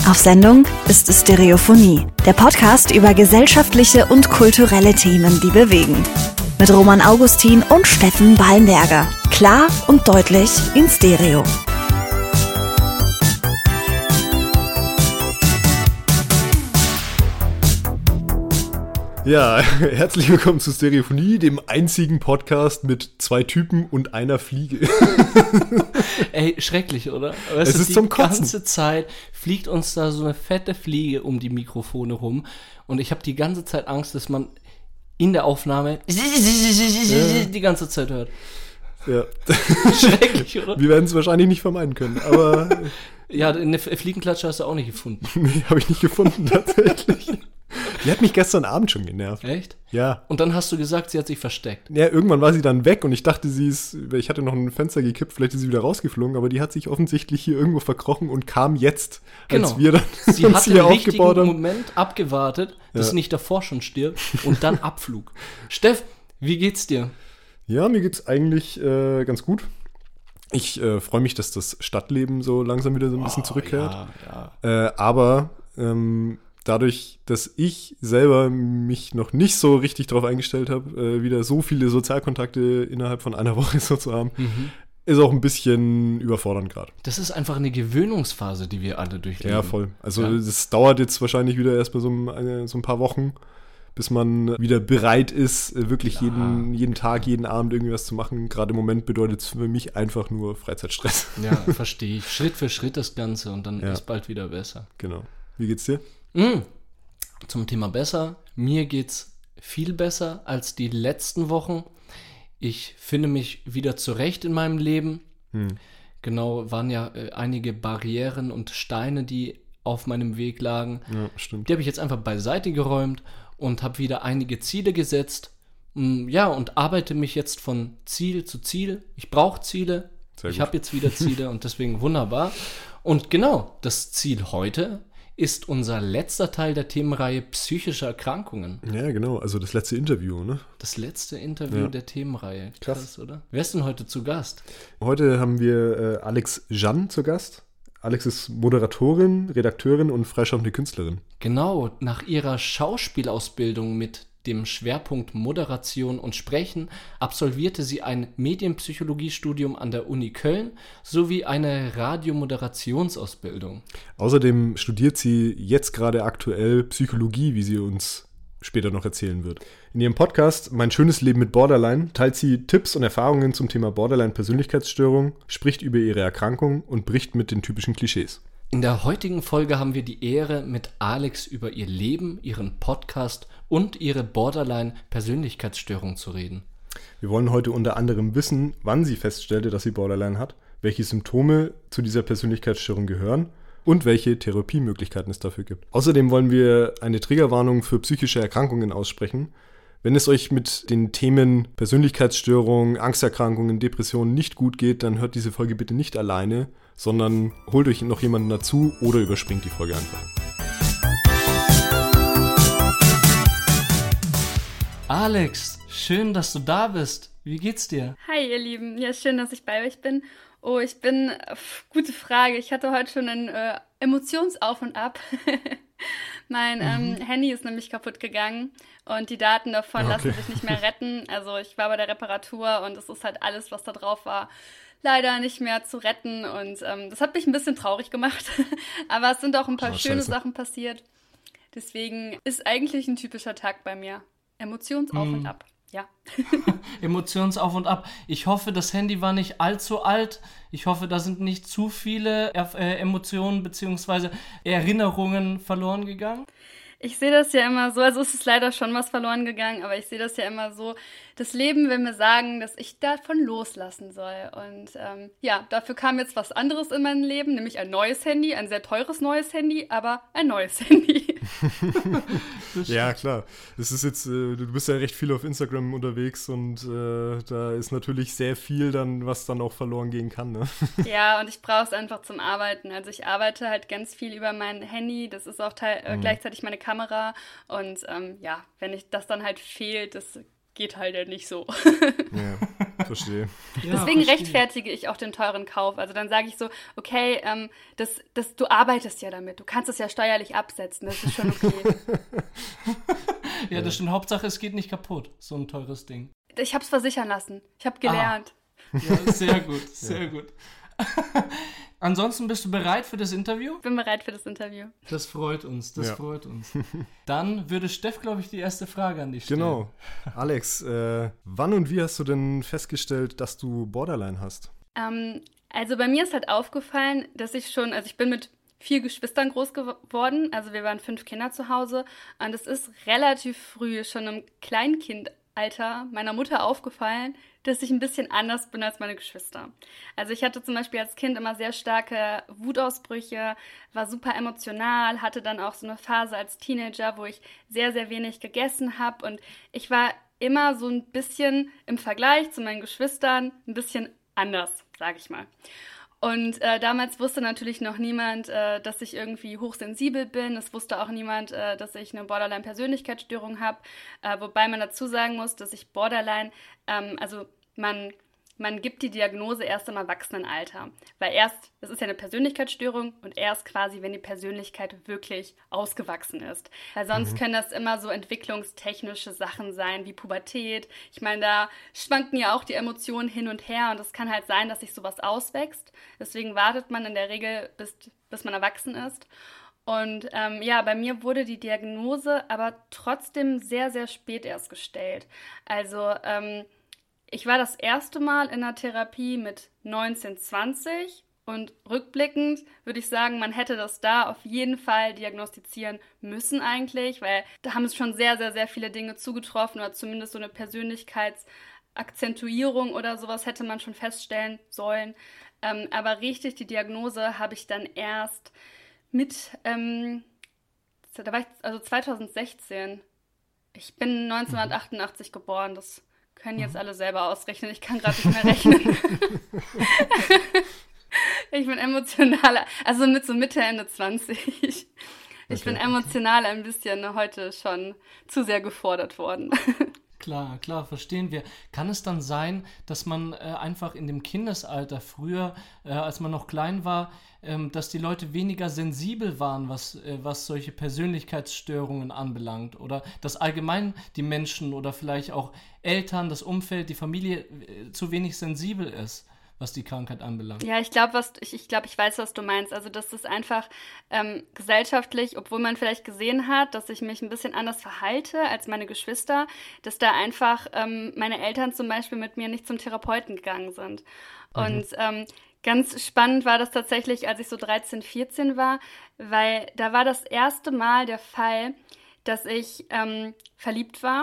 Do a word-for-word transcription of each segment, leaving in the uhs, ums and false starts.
Auf Sendung ist Stereophonie, der Podcast über gesellschaftliche und kulturelle Themen, die bewegen. Mit Roman Augustin und Steffen Ballenberger. Klar und deutlich in Stereo. Ja, herzlich willkommen zu Stereophonie, dem einzigen Podcast mit zwei Typen und einer Fliege. Ey, schrecklich, oder? Weißt es du, ist zum Kotzen. Die ganze Zeit fliegt uns da so eine fette Fliege um die Mikrofone rum und ich habe die ganze Zeit Angst, dass man in der Aufnahme ja. die ganze Zeit hört. Ja. Schrecklich, oder? Wir werden es wahrscheinlich nicht vermeiden können, aber... Ja, eine Fliegenklatsche hast du auch nicht gefunden. Nee, habe ich nicht gefunden, tatsächlich. Die hat mich gestern Abend schon genervt. Echt? Ja. Und dann hast du gesagt, sie hat sich versteckt. Ja, irgendwann war sie dann weg und ich dachte, sie ist, ich hatte noch ein Fenster gekippt, vielleicht ist sie wieder rausgeflogen, aber die hat sich offensichtlich hier irgendwo verkrochen und kam jetzt, als genau. wir dann sie uns hat hier den aufgebaut haben. Moment abgewartet, dass ja. sie nicht davor schon stirbt und dann Abflug. Steff, wie geht's dir? Ja, mir geht's eigentlich äh, ganz gut. Ich äh, freue mich, dass das Stadtleben so langsam wieder so ein bisschen oh, zurückkehrt. Ja, ja. Äh, aber ähm, dadurch, dass ich selber mich noch nicht so richtig darauf eingestellt habe, äh, wieder so viele Sozialkontakte innerhalb von einer Woche so zu haben, mhm. ist auch ein bisschen überfordernd gerade. Das ist einfach eine Gewöhnungsphase, die wir alle durchleben. Ja, voll. Also ja. das dauert jetzt wahrscheinlich wieder erstmal so ein, so ein paar Wochen, bis man wieder bereit ist, wirklich jeden, jeden Tag, jeden Abend irgendwie was zu machen. Gerade im Moment bedeutet es für mich einfach nur Freizeitstress. Ja, verstehe ich. Schritt für Schritt das Ganze und dann ja. ist bald wieder besser. Genau. Wie geht's dir? Mm. Zum Thema besser. Mir geht's viel besser als die letzten Wochen. Ich finde mich wieder zurecht in meinem Leben. Hm. Genau, waren ja äh, einige Barrieren und Steine, die auf meinem Weg lagen. Ja, stimmt. Die habe ich jetzt einfach beiseite geräumt und habe wieder einige Ziele gesetzt. Ja, und arbeite mich jetzt von Ziel zu Ziel. Ich brauche Ziele. Sehr ich habe jetzt wieder Ziele und deswegen wunderbar. Und genau, das Ziel heute ist unser letzter Teil der Themenreihe psychische Erkrankungen. Ja, genau. Also das letzte Interview, ne? Das letzte Interview ja. der Themenreihe. Krass. Krass, oder? Wer ist denn heute zu Gast? Heute haben wir äh, Alex Jeanne zu Gast. Alex ist Moderatorin, Redakteurin und freischaffende Künstlerin. Genau, nach ihrer Schauspielausbildung mit dem Schwerpunkt Moderation und Sprechen absolvierte sie ein Medienpsychologiestudium an der Uni Köln sowie eine Radiomoderationsausbildung. Außerdem studiert sie jetzt gerade aktuell Psychologie, wie sie uns später noch erzählen wird. In ihrem Podcast Mein schönes Leben mit Borderline teilt sie Tipps und Erfahrungen zum Thema Borderline-Persönlichkeitsstörung, spricht über ihre Erkrankung und bricht mit den typischen Klischees. In der heutigen Folge haben wir die Ehre, mit Alex über ihr Leben, ihren Podcast und ihre Borderline-Persönlichkeitsstörung zu reden. Wir wollen heute unter anderem wissen, wann sie feststellte, dass sie Borderline hat, welche Symptome zu dieser Persönlichkeitsstörung gehören und welche Therapiemöglichkeiten es dafür gibt. Außerdem wollen wir eine Triggerwarnung für psychische Erkrankungen aussprechen. Wenn es euch mit den Themen Persönlichkeitsstörung, Angsterkrankungen, Depressionen nicht gut geht, dann hört diese Folge bitte nicht alleine, sondern holt euch noch jemanden dazu oder überspringt die Folge einfach. Alex, schön, dass du da bist. Wie geht's dir? Hi, ihr Lieben. Ja, schön, dass ich bei euch bin. Oh, ich bin, pf, gute Frage. Ich hatte heute schon ein äh, Emotionsauf und Ab. Mein ähm, mhm. Handy ist nämlich kaputt gegangen und die Daten davon okay. lassen sich nicht mehr retten. Also ich war bei der Reparatur und es ist halt alles, was da drauf war, leider nicht mehr zu retten. Und ähm, das hat mich ein bisschen traurig gemacht. Aber es sind auch ein paar oh, schöne Scheiße. Sachen passiert. Deswegen ist eigentlich ein typischer Tag bei mir. Emotionsauf mhm. und Ab. Ja. Emotionsauf und Ab. Ich hoffe, das Handy war nicht allzu alt. Ich hoffe, da sind nicht zu viele äh, Emotionen bzw. Erinnerungen verloren gegangen. Ich sehe das ja immer so, also es ist leider schon was verloren gegangen, aber ich sehe das ja immer so, das Leben will mir sagen, dass ich davon loslassen soll. Und ähm, ja, dafür kam jetzt was anderes in mein Leben, nämlich ein neues Handy, ein sehr teures neues Handy, aber ein neues Handy. Ja, klar. Das ist jetzt, äh, du bist ja recht viel auf Instagram unterwegs und äh, da ist natürlich sehr viel dann, was dann auch verloren gehen kann, ne? Ja, und ich brauche es einfach zum Arbeiten. Also ich arbeite halt ganz viel über mein Handy, das ist auch teil- äh, mhm. gleichzeitig meine Kamera und ähm, ja, wenn ich das dann halt fehlt, das geht halt nicht so. Ja, Verstehe. Ja, Deswegen verstehe. rechtfertige ich auch den teuren Kauf. Also dann sage ich so, okay, ähm, das, das, du arbeitest ja damit, du kannst es ja steuerlich absetzen, das ist schon okay. Ja, das stimmt. Hauptsache, es geht nicht kaputt, so ein teures Ding. Ich habe es versichern lassen, ich habe gelernt. Ah. Ja, sehr gut, sehr ja. gut. Ansonsten bist du bereit für das Interview? Ich bin bereit für das Interview. Das freut uns, das ja. freut uns. Dann würde Steff, glaube ich, die erste Frage an dich stellen. Genau. Alex, äh, wann und wie hast du denn festgestellt, dass du Borderline hast? Ähm, also bei mir ist halt aufgefallen, dass ich schon, also ich bin mit vier Geschwistern groß geworden, also wir waren fünf Kinder zu Hause und es ist relativ früh, schon im Kleinkindalter meiner Mutter aufgefallen, dass ich ein bisschen anders bin als meine Geschwister. Also ich hatte zum Beispiel als Kind immer sehr starke Wutausbrüche, war super emotional, hatte dann auch so eine Phase als Teenager, wo ich sehr, sehr wenig gegessen habe und ich war immer so ein bisschen im Vergleich zu meinen Geschwistern ein bisschen anders, sage ich mal. Und äh, damals wusste natürlich noch niemand, äh, dass ich irgendwie hochsensibel bin. Es wusste auch niemand, äh, dass ich eine Borderline-Persönlichkeitsstörung habe. Äh, wobei man dazu sagen muss, dass ich Borderline, ähm, also man, man gibt die Diagnose erst im Erwachsenenalter. Weil erst, das ist ja eine Persönlichkeitsstörung und erst quasi, wenn die Persönlichkeit wirklich ausgewachsen ist. Weil sonst mhm. können das immer so entwicklungstechnische Sachen sein, wie Pubertät. Ich meine, da schwanken ja auch die Emotionen hin und her und es kann halt sein, dass sich sowas auswächst. Deswegen wartet man in der Regel, bis, bis man erwachsen ist. Und ähm, ja, bei mir wurde die Diagnose aber trotzdem sehr, sehr spät erst gestellt. Also, ähm, ich war das erste Mal in der Therapie mit neunzehn, zwanzig und rückblickend würde ich sagen, man hätte das da auf jeden Fall diagnostizieren müssen eigentlich, weil da haben es schon sehr, sehr, sehr viele Dinge zugetroffen oder zumindest so eine Persönlichkeitsakzentuierung oder sowas hätte man schon feststellen sollen. Ähm, aber richtig, die Diagnose habe ich dann erst mit, ähm, da war ich, also zwanzig sechzehn. Ich bin neunzehnhundertachtundachtzig geboren, das können jetzt alle selber ausrechnen. Ich kann gerade nicht mehr rechnen. Ich bin emotional, also mit so Mitte, Ende zwanzig. Ich okay. bin emotional ein bisschen heute schon zu sehr gefordert worden. Klar, klar, verstehen wir. Kann es dann sein, dass man äh, einfach in dem Kindesalter früher, äh, als man noch klein war, ähm, dass die Leute weniger sensibel waren, was, äh, was solche Persönlichkeitsstörungen anbelangt? Oder dass allgemein die Menschen oder vielleicht auch Eltern, das Umfeld, die Familie äh, zu wenig sensibel ist, was die Krankheit anbelangt? Ja, ich glaube, was ich, ich glaube, ich weiß, was du meinst. Also, dass das einfach ähm, gesellschaftlich, obwohl man vielleicht gesehen hat, dass ich mich ein bisschen anders verhalte als meine Geschwister, dass da einfach ähm, meine Eltern zum Beispiel mit mir nicht zum Therapeuten gegangen sind. Mhm. Und ähm, ganz spannend war das tatsächlich, als ich so dreizehn, vierzehn war, weil da war das erste Mal der Fall, dass ich ähm, verliebt war.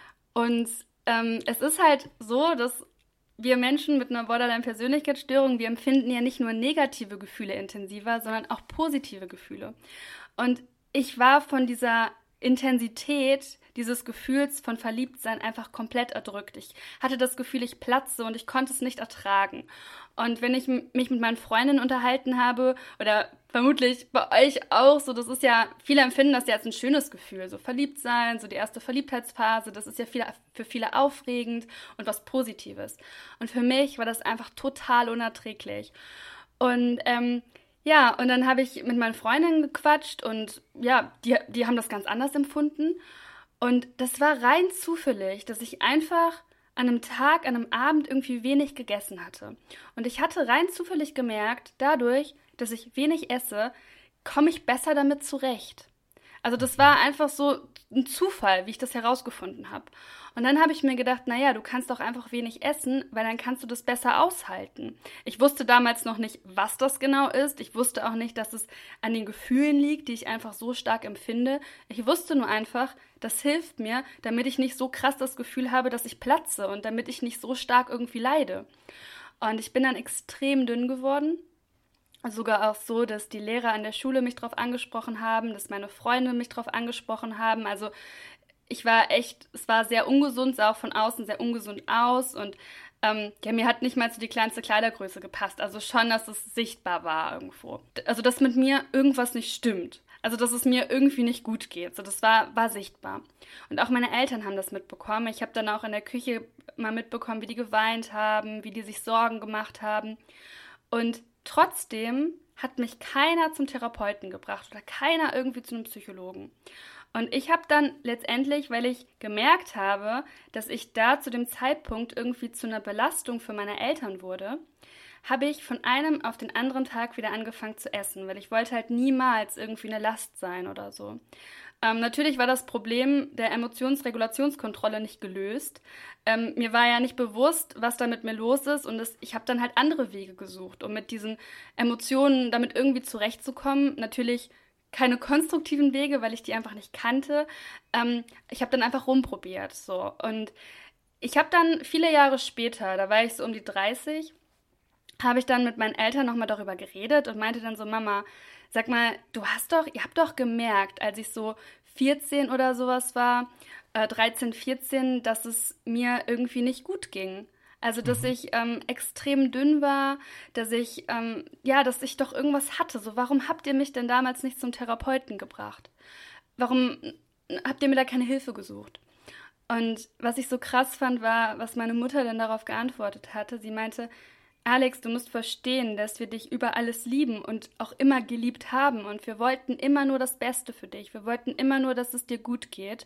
Und ähm, es ist halt so, dass wir Menschen mit einer Borderline-Persönlichkeitsstörung, wir empfinden ja nicht nur negative Gefühle intensiver, sondern auch positive Gefühle. Und ich war von dieser Intensität dieses Gefühls von Verliebtsein einfach komplett erdrückt. Ich hatte das Gefühl, ich platze und ich konnte es nicht ertragen. Und wenn ich m- mich mit meinen Freundinnen unterhalten habe, oder vermutlich bei euch auch, so das ist ja, viele empfinden das ja als ein schönes Gefühl, so verliebt sein, so die erste Verliebtheitsphase, das ist ja viele, für viele aufregend und was Positives. Und für mich war das einfach total unerträglich. Und ähm, ja, und dann habe ich mit meinen Freundinnen gequatscht und ja, die, die haben das ganz anders empfunden. Und das war rein zufällig, dass ich einfach an einem Tag, an einem Abend irgendwie wenig gegessen hatte. Und ich hatte rein zufällig gemerkt, dadurch, dass ich wenig esse, komme ich besser damit zurecht. Also das war einfach so ein Zufall, wie ich das herausgefunden habe. Und dann habe ich mir gedacht, naja, du kannst doch einfach wenig essen, weil dann kannst du das besser aushalten. Ich wusste damals noch nicht, was das genau ist. Ich wusste auch nicht, dass es an den Gefühlen liegt, die ich einfach so stark empfinde. Ich wusste nur einfach, das hilft mir, damit ich nicht so krass das Gefühl habe, dass ich platze und damit ich nicht so stark irgendwie leide. Und ich bin dann extrem dünn geworden. Sogar auch so, dass die Lehrer an der Schule mich drauf angesprochen haben, dass meine Freunde mich drauf angesprochen haben. Also ich war echt, es war sehr ungesund, sah auch von außen sehr ungesund aus und ähm, ja, mir hat nicht mal so die kleinste Kleidergröße gepasst. Also schon, dass es sichtbar war irgendwo. Also dass mit mir irgendwas nicht stimmt. Also dass es mir irgendwie nicht gut geht. So, das war, war sichtbar. Und auch meine Eltern haben das mitbekommen. Ich habe dann auch in der Küche mal mitbekommen, wie die geweint haben, wie die sich Sorgen gemacht haben. Und trotzdem hat mich keiner zum Therapeuten gebracht oder keiner irgendwie zu einem Psychologen. Und ich habe dann letztendlich, weil ich gemerkt habe, dass ich da zu dem Zeitpunkt irgendwie zu einer Belastung für meine Eltern wurde, habe ich von einem auf den anderen Tag wieder angefangen zu essen, weil ich wollte halt niemals irgendwie eine Last sein oder so. Ähm, natürlich war das Problem der Emotionsregulationskontrolle nicht gelöst. Ähm, mir war ja nicht bewusst, was da mit mir los ist und das, ich habe dann halt andere Wege gesucht, um mit diesen Emotionen damit irgendwie zurechtzukommen. Natürlich keine konstruktiven Wege, weil ich die einfach nicht kannte. Ähm, ich habe dann einfach rumprobiert. So. Und ich habe dann viele Jahre später, da war ich so um die dreißig, habe ich dann mit meinen Eltern nochmal darüber geredet und meinte dann so, Mama, sag mal, du hast doch, ihr habt doch gemerkt, als ich so vierzehn oder sowas war, äh, dreizehn, vierzehn, dass es mir irgendwie nicht gut ging. Also, dass mhm. ich ähm, extrem dünn war, dass ich, ähm, ja, dass ich doch irgendwas hatte. So, warum habt ihr mich denn damals nicht zum Therapeuten gebracht? Warum habt ihr mir da keine Hilfe gesucht? Und was ich so krass fand, war, was meine Mutter dann darauf geantwortet hatte. Sie meinte, Alex, du musst verstehen, dass wir dich über alles lieben und auch immer geliebt haben. Und wir wollten immer nur das Beste für dich. Wir wollten immer nur, dass es dir gut geht.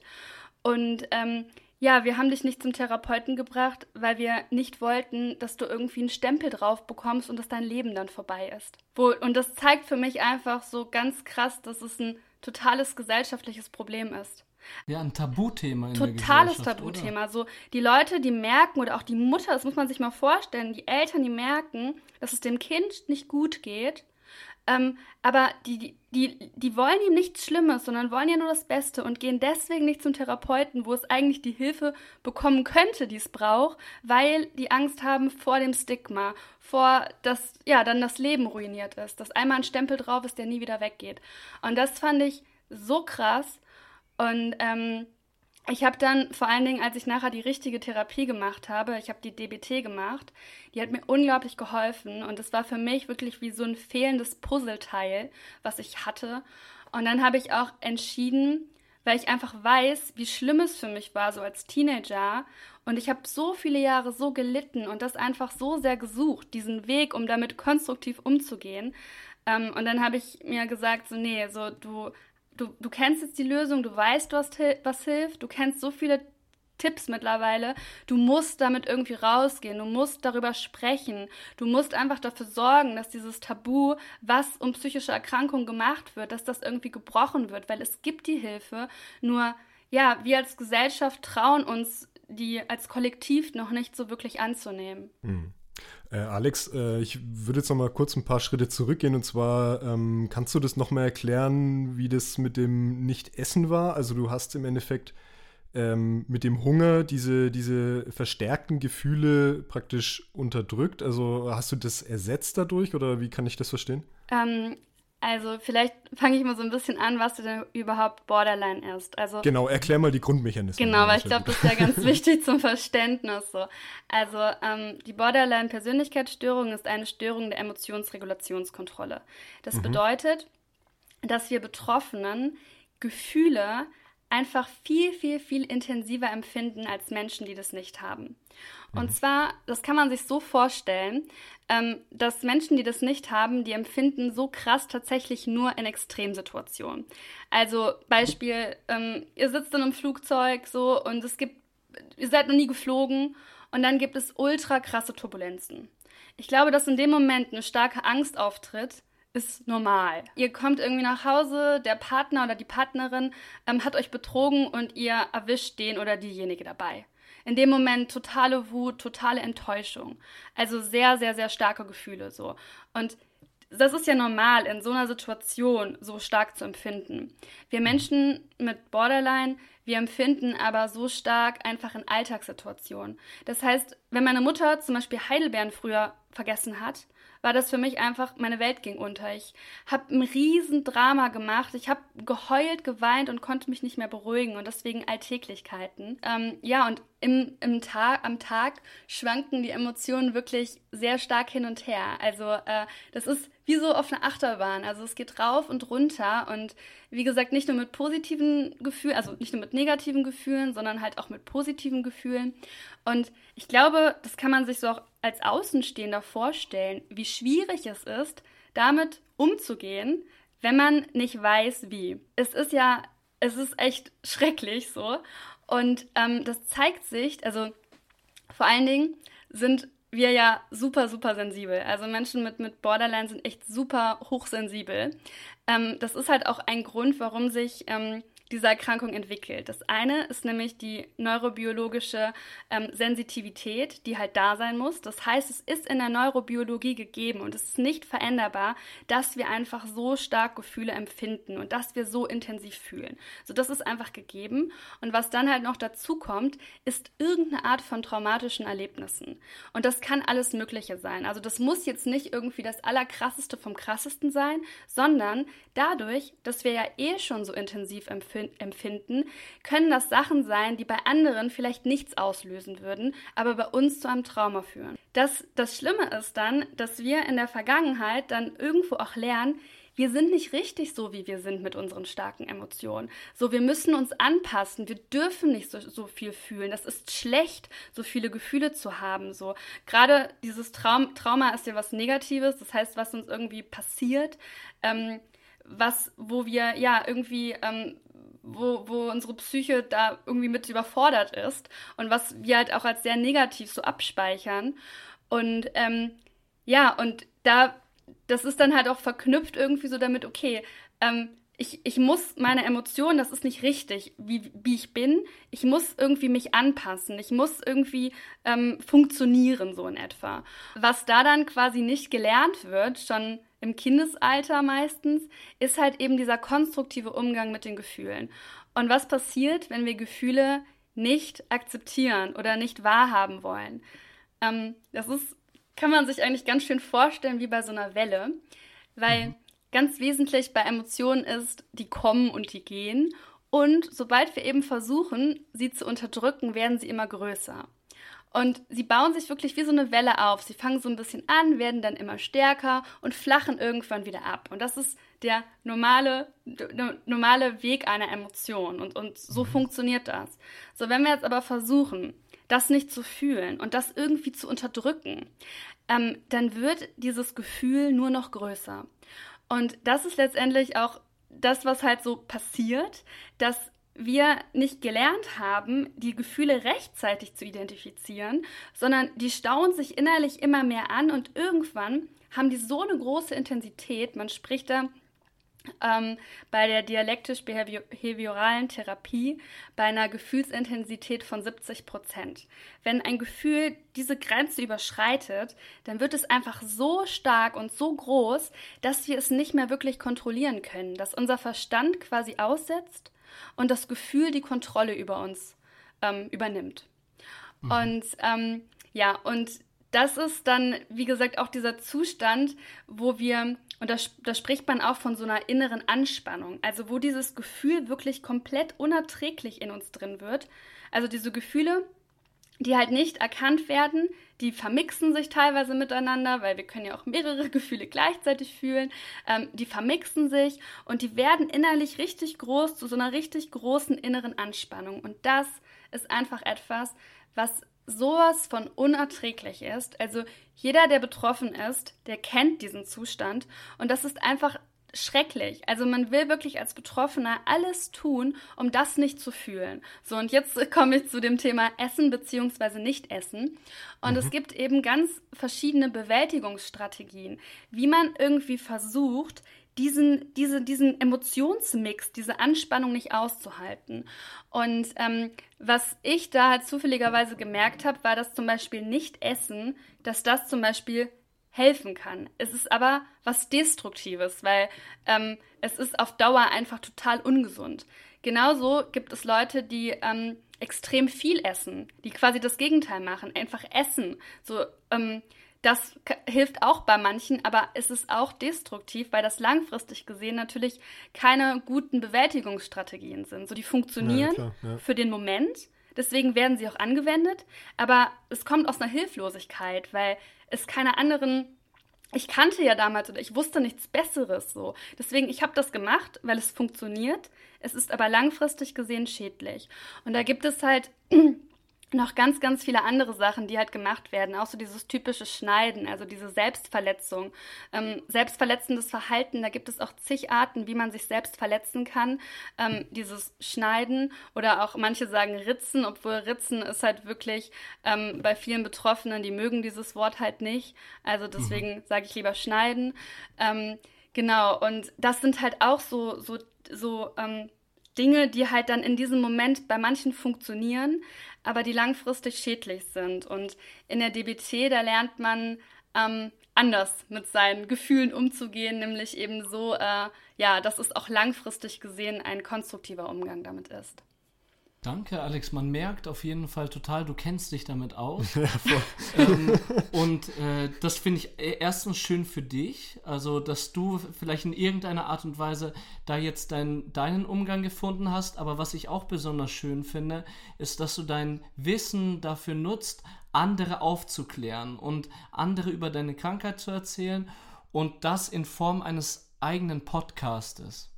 Und ähm, ja, wir haben dich nicht zum Therapeuten gebracht, weil wir nicht wollten, dass du irgendwie einen Stempel drauf bekommst und dass dein Leben dann vorbei ist. Wo, und das zeigt für mich einfach so ganz krass, dass es ein totales gesellschaftliches Problem ist. Ja, ein Tabuthema in Totales der Gesellschaft, Tabuthema. So, die Leute, die merken, oder auch die Mutter, das muss man sich mal vorstellen, die Eltern, die merken, dass es dem Kind nicht gut geht, ähm, aber die, die, die, die wollen ihm nichts Schlimmes, sondern wollen ja nur das Beste und gehen deswegen nicht zum Therapeuten, wo es eigentlich die Hilfe bekommen könnte, die es braucht, weil die Angst haben vor dem Stigma, vor, dass ja dann das Leben ruiniert ist, dass einmal ein Stempel drauf ist, der nie wieder weggeht. Und das fand ich so krass. Und ähm, ich habe dann, vor allen Dingen, als ich nachher die richtige Therapie gemacht habe, ich habe die D B T gemacht, die hat mir unglaublich geholfen und es war für mich wirklich wie so ein fehlendes Puzzleteil, was ich hatte. Und dann habe ich auch entschieden, weil ich einfach weiß, wie schlimm es für mich war, so als Teenager. Und ich habe so viele Jahre so gelitten und das einfach so sehr gesucht, diesen Weg, um damit konstruktiv umzugehen. Ähm, und dann habe ich mir gesagt, so nee, so du... Du, du kennst jetzt die Lösung, du weißt, was, was hilft, du kennst so viele Tipps mittlerweile, du musst damit irgendwie rausgehen, du musst darüber sprechen, du musst einfach dafür sorgen, dass dieses Tabu, was um psychische Erkrankungen gemacht wird, dass das irgendwie gebrochen wird, weil es gibt die Hilfe, nur ja, wir als Gesellschaft trauen uns, die als Kollektiv noch nicht so wirklich anzunehmen. Hm. Äh, Alex, äh, ich würde jetzt noch mal kurz ein paar Schritte zurückgehen und zwar ähm, kannst du das noch mal erklären, wie das mit dem Nicht-Essen war? Also du hast im Endeffekt ähm, mit dem Hunger diese, diese verstärkten Gefühle praktisch unterdrückt. Also hast du das ersetzt dadurch oder wie kann ich das verstehen? Ähm, also vielleicht fange ich mal so ein bisschen an, was denn überhaupt Borderline ist. Also, genau, erklär mal die Grundmechanismen. Genau, weil ich glaube, das ist ja ganz wichtig zum Verständnis. So. Also ähm, die Borderline-Persönlichkeitsstörung ist eine Störung der Emotionsregulationskontrolle. Das mhm. bedeutet, dass wir Betroffenen Gefühle einfach viel, viel, viel intensiver empfinden als Menschen, die das nicht haben. Und mhm. zwar, das kann man sich so vorstellen, ähm, dass Menschen, die das nicht haben, die empfinden so krass tatsächlich nur in Extremsituationen. Also Beispiel, ähm, ihr sitzt in einem Flugzeug so und es gibt, ihr seid noch nie geflogen und dann gibt es ultra krasse Turbulenzen. Ich glaube, dass in dem Moment eine starke Angst auftritt, ist normal. Ihr kommt irgendwie nach Hause, der Partner oder die Partnerin ähm, hat euch betrogen und ihr erwischt den oder diejenige dabei. In dem Moment totale Wut, totale Enttäuschung. Also sehr, sehr, sehr starke Gefühle so. Und das ist ja normal, in so einer Situation so stark zu empfinden. Wir Menschen mit Borderline, wir empfinden aber so stark einfach in Alltagssituationen. Das heißt, wenn meine Mutter zum Beispiel Heidelbeeren früher vergessen hat, war das für mich einfach, meine Welt ging unter. Ich habe ein riesen Drama gemacht. Ich habe geheult, geweint und konnte mich nicht mehr beruhigen und deswegen Alltäglichkeiten. Ähm, ja, und im, im Tag, am Tag schwanken die Emotionen wirklich sehr stark hin und her. Also äh, das ist wie so auf einer Achterbahn. Also es geht rauf und runter und wie gesagt, nicht nur mit positiven Gefühlen, also nicht nur mit mit negativen Gefühlen, sondern halt auch mit positiven Gefühlen. Und ich glaube, das kann man sich so auch als Außenstehender vorstellen, wie schwierig es ist, damit umzugehen, wenn man nicht weiß, wie. Es ist ja, es ist echt schrecklich so. Und ähm, das zeigt sich, also vor allen Dingen sind wir ja super, super sensibel. Also Menschen mit, mit Borderline sind echt super hochsensibel. Ähm, das ist halt auch ein Grund, warum sich ähm, diese Erkrankung entwickelt. Das eine ist nämlich die neurobiologische ähm, Sensitivität, die halt da sein muss. Das heißt, es ist in der Neurobiologie gegeben und es ist nicht veränderbar, dass wir einfach so stark Gefühle empfinden und dass wir so intensiv fühlen. So, das ist einfach gegeben. Und was dann halt noch dazu kommt, ist irgendeine Art von traumatischen Erlebnissen. Und das kann alles Mögliche sein. Also das muss jetzt nicht irgendwie das Allerkrasseste vom Krassesten sein, sondern dadurch, dass wir ja eh schon so intensiv empfinden, empfinden, können das Sachen sein, die bei anderen vielleicht nichts auslösen würden, aber bei uns zu einem Trauma führen. Das, das Schlimme ist dann, dass wir in der Vergangenheit dann irgendwo auch lernen, wir sind nicht richtig so, wie wir sind mit unseren starken Emotionen. So, wir müssen uns anpassen, wir dürfen nicht so, so viel fühlen. Das ist schlecht, so viele Gefühle zu haben. So, gerade dieses Traum, Trauma ist ja was Negatives, das heißt, was uns irgendwie passiert, ähm, was, wo wir ja irgendwie ähm, Wo, wo unsere Psyche da irgendwie mit überfordert ist und was wir halt auch als sehr negativ so abspeichern. Und ähm, ja, und da, das ist dann halt auch verknüpft irgendwie so damit, okay, ähm, ich, ich muss meine Emotionen, das ist nicht richtig, wie, wie ich bin, ich muss irgendwie mich anpassen, ich muss irgendwie ähm, funktionieren, so in etwa. Was da dann quasi nicht gelernt wird, schon im Kindesalter meistens, ist halt eben dieser konstruktive Umgang mit den Gefühlen. Und was passiert, wenn wir Gefühle nicht akzeptieren oder nicht wahrhaben wollen? Ähm, das ist, kann man sich eigentlich ganz schön vorstellen wie bei so einer Welle, weil mhm. ganz wesentlich bei Emotionen ist, die kommen und die gehen. Und sobald wir eben versuchen, sie zu unterdrücken, werden sie immer größer. Und sie bauen sich wirklich wie so eine Welle auf. Sie fangen so ein bisschen an, werden dann immer stärker und flachen irgendwann wieder ab. Und das ist der normale, d- normale Weg einer Emotion. Und, und so funktioniert das. So, wenn wir jetzt aber versuchen, das nicht zu fühlen und das irgendwie zu unterdrücken, ähm, dann wird dieses Gefühl nur noch größer. Und das ist letztendlich auch das, was halt so passiert, dass wir nicht gelernt haben, die Gefühle rechtzeitig zu identifizieren, sondern die stauen sich innerlich immer mehr an und irgendwann haben die so eine große Intensität, man spricht da ähm, bei der dialektisch-behavioralen Therapie bei einer Gefühlsintensität von siebzig Prozent. Wenn ein Gefühl diese Grenze überschreitet, dann wird es einfach so stark und so groß, dass wir es nicht mehr wirklich kontrollieren können, dass unser Verstand quasi aussetzt und das Gefühl die Kontrolle über uns ähm, übernimmt. Mhm. Und ähm, ja, und das ist dann, wie gesagt, auch dieser Zustand, wo wir, und da, da spricht man auch von so einer inneren Anspannung, also wo dieses Gefühl wirklich komplett unerträglich in uns drin wird. Also diese Gefühle, die halt nicht erkannt werden, die vermixen sich teilweise miteinander, weil wir können ja auch mehrere Gefühle gleichzeitig fühlen, ähm, die vermixen sich und die werden innerlich richtig groß zu so einer richtig großen inneren Anspannung. Und das ist einfach etwas, was sowas von unerträglich ist. Also jeder, der betroffen ist, der kennt diesen Zustand und das ist einfach schrecklich. Also man will wirklich als Betroffener alles tun, um das nicht zu fühlen. So, und jetzt komme ich zu dem Thema Essen bzw. Nicht-Essen. Und mhm. es gibt eben ganz verschiedene Bewältigungsstrategien, wie man irgendwie versucht, diesen, diese, diesen Emotionsmix, diese Anspannung nicht auszuhalten. Und ähm, was ich da halt zufälligerweise gemerkt habe, war, dass zum Beispiel Nicht-Essen, dass das zum Beispiel helfen kann. Es ist aber was Destruktives, weil ähm, es ist auf Dauer einfach total ungesund. Genauso gibt es Leute, die ähm, extrem viel essen, die quasi das Gegenteil machen, einfach essen. So, ähm, das k- hilft auch bei manchen, aber es ist auch destruktiv, weil das langfristig gesehen natürlich keine guten Bewältigungsstrategien sind. So, die funktionieren ja, klar, ja. für den Moment, deswegen werden sie auch angewendet, aber es kommt aus einer Hilflosigkeit, weil es keine anderen ich kannte ja damals oder ich wusste nichts Besseres so. Deswegen, ich habe das gemacht, weil es funktioniert. Es ist aber langfristig gesehen schädlich. Und da gibt es halt noch ganz, ganz viele andere Sachen, die halt gemacht werden. Auch so dieses typische Schneiden, also diese Selbstverletzung. Ähm, selbstverletzendes Verhalten, da gibt es auch zig Arten, wie man sich selbst verletzen kann. Ähm, dieses Schneiden oder auch manche sagen Ritzen, obwohl Ritzen ist halt wirklich ähm, bei vielen Betroffenen, die mögen dieses Wort halt nicht. Also deswegen mhm. sage ich lieber Schneiden. Ähm, genau, und das sind halt auch so, so, so ähm, Dinge, die halt dann in diesem Moment bei manchen funktionieren, aber die langfristig schädlich sind. Und in der D B T, da lernt man ähm, anders mit seinen Gefühlen umzugehen, nämlich eben so, äh, ja, dass es auch langfristig gesehen ein konstruktiver Umgang damit ist. Danke, Alex. Man merkt auf jeden Fall total, du kennst dich damit aus. Ja, voll. ähm, und äh, das finde ich erstens schön für dich, also dass du vielleicht in irgendeiner Art und Weise da jetzt dein, deinen Umgang gefunden hast. Aber was ich auch besonders schön finde, ist, dass du dein Wissen dafür nutzt, andere aufzuklären und andere über deine Krankheit zu erzählen und das in Form eines eigenen Podcastes.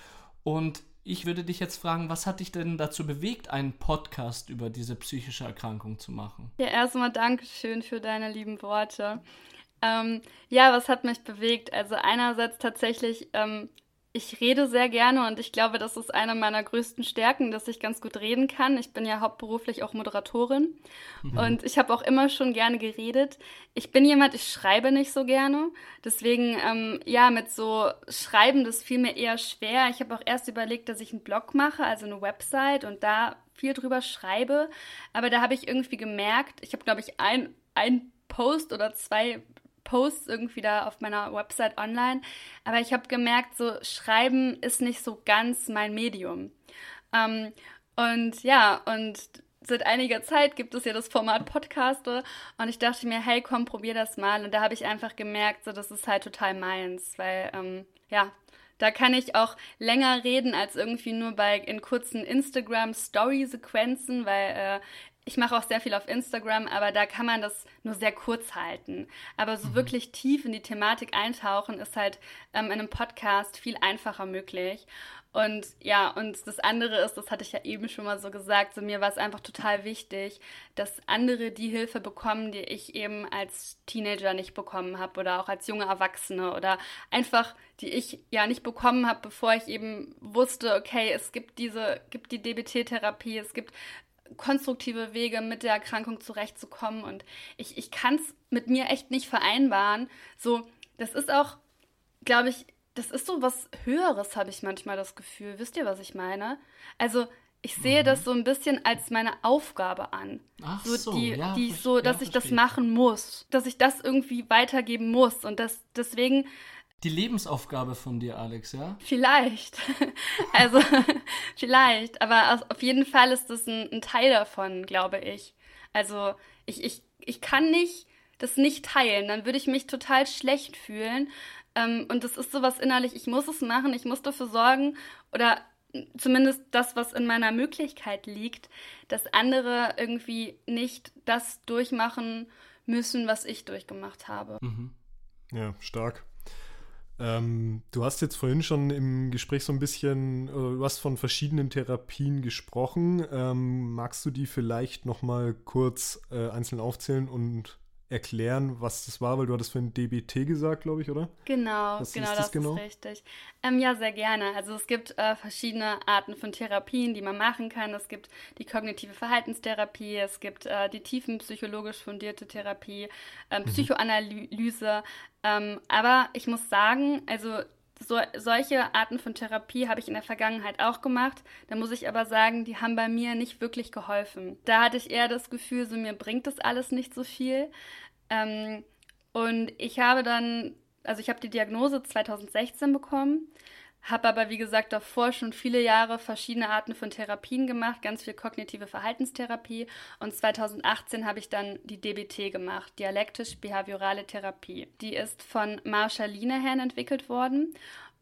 Und ich würde dich jetzt fragen, was hat dich denn dazu bewegt, einen Podcast über diese psychische Erkrankung zu machen? Ja, erstmal Dankeschön für deine lieben Worte. Ähm, ja, was hat mich bewegt? Also einerseits tatsächlich, ähm, ich rede sehr gerne und ich glaube, das ist eine meiner größten Stärken, dass ich ganz gut reden kann. Ich bin ja hauptberuflich auch Moderatorin mhm. und ich habe auch immer schon gerne geredet. Ich bin jemand, ich schreibe nicht so gerne. Deswegen, ähm, ja, mit so Schreiben, das fiel mir eher schwer. Ich habe auch erst überlegt, dass ich einen Blog mache, also eine Website und da viel drüber schreibe. Aber da habe ich irgendwie gemerkt, ich habe, glaube ich, ein, ein Post oder zwei Posts irgendwie da auf meiner Website online, aber ich habe gemerkt, so Schreiben ist nicht so ganz mein Medium. Ähm, und ja, und seit einiger Zeit gibt es ja das Format Podcaste und ich dachte mir, hey, komm, probier das mal. Und da habe ich einfach gemerkt, so das ist halt total meins, weil, ähm, ja, da kann ich auch länger reden als irgendwie nur bei in kurzen Instagram-Story-Sequenzen, weil äh, ich mache auch sehr viel auf Instagram, aber da kann man das nur sehr kurz halten. Aber so mhm. wirklich tief in die Thematik eintauchen ist halt ähm, in einem Podcast viel einfacher möglich. Und ja, und das andere ist, das hatte ich ja eben schon mal so gesagt, so mir war es einfach total wichtig, dass andere die Hilfe bekommen, die ich eben als Teenager nicht bekommen habe oder auch als junge Erwachsene oder einfach, die ich ja nicht bekommen habe, bevor ich eben wusste, okay, es gibt diese, gibt die D B T-Therapie, es gibt konstruktive Wege, mit der Erkrankung zurechtzukommen und ich, ich kann es mit mir echt nicht vereinbaren. So, das ist auch, glaube ich, das ist so was Höheres, habe ich manchmal das Gefühl. Wisst ihr, was ich meine? Also, ich sehe mhm. das so ein bisschen als meine Aufgabe an. Ach so, so, die, ja, die so, dass ja, ich das machen muss, dass ich das irgendwie weitergeben muss und das deswegen die Lebensaufgabe von dir, Alex, ja? Vielleicht. Also, vielleicht. Aber auf jeden Fall ist das ein, ein Teil davon, glaube ich. Also, ich, ich, ich kann nicht das nicht teilen. Dann würde ich mich total schlecht fühlen. Ähm, und das ist sowas innerlich, ich muss es machen, ich muss dafür sorgen, oder zumindest das, was in meiner Möglichkeit liegt, dass andere irgendwie nicht das durchmachen müssen, was ich durchgemacht habe. Mhm. Ja, stark. Ähm, du hast jetzt vorhin schon im Gespräch so ein bisschen, äh, du hast von verschiedenen Therapien gesprochen. Ähm, magst du die vielleicht nochmal kurz äh, einzeln aufzählen und erklären, was das war? Weil du hattest vorhin D B T gesagt, glaube ich, oder? Genau, was genau, ist das, das genau? ist richtig. Ähm, ja, sehr gerne. Also es gibt äh, verschiedene Arten von Therapien, die man machen kann. Es gibt die kognitive Verhaltenstherapie, es gibt äh, die tiefenpsychologisch fundierte Therapie, äh, Psychoanalyse. Ähm, aber ich muss sagen, also so, solche Arten von Therapie habe ich in der Vergangenheit auch gemacht. Da muss ich aber sagen, die haben bei mir nicht wirklich geholfen. Da hatte ich eher das Gefühl, so mir bringt das alles nicht so viel. Ähm, und ich habe dann, also ich habe die Diagnose zwanzig sechzehn bekommen, habe aber, wie gesagt, davor schon viele Jahre verschiedene Arten von Therapien gemacht, ganz viel kognitive Verhaltenstherapie. Und zwanzig achtzehn habe ich dann die D B T gemacht, dialektisch-behaviorale Therapie. Die ist von Marsha Linehan entwickelt worden.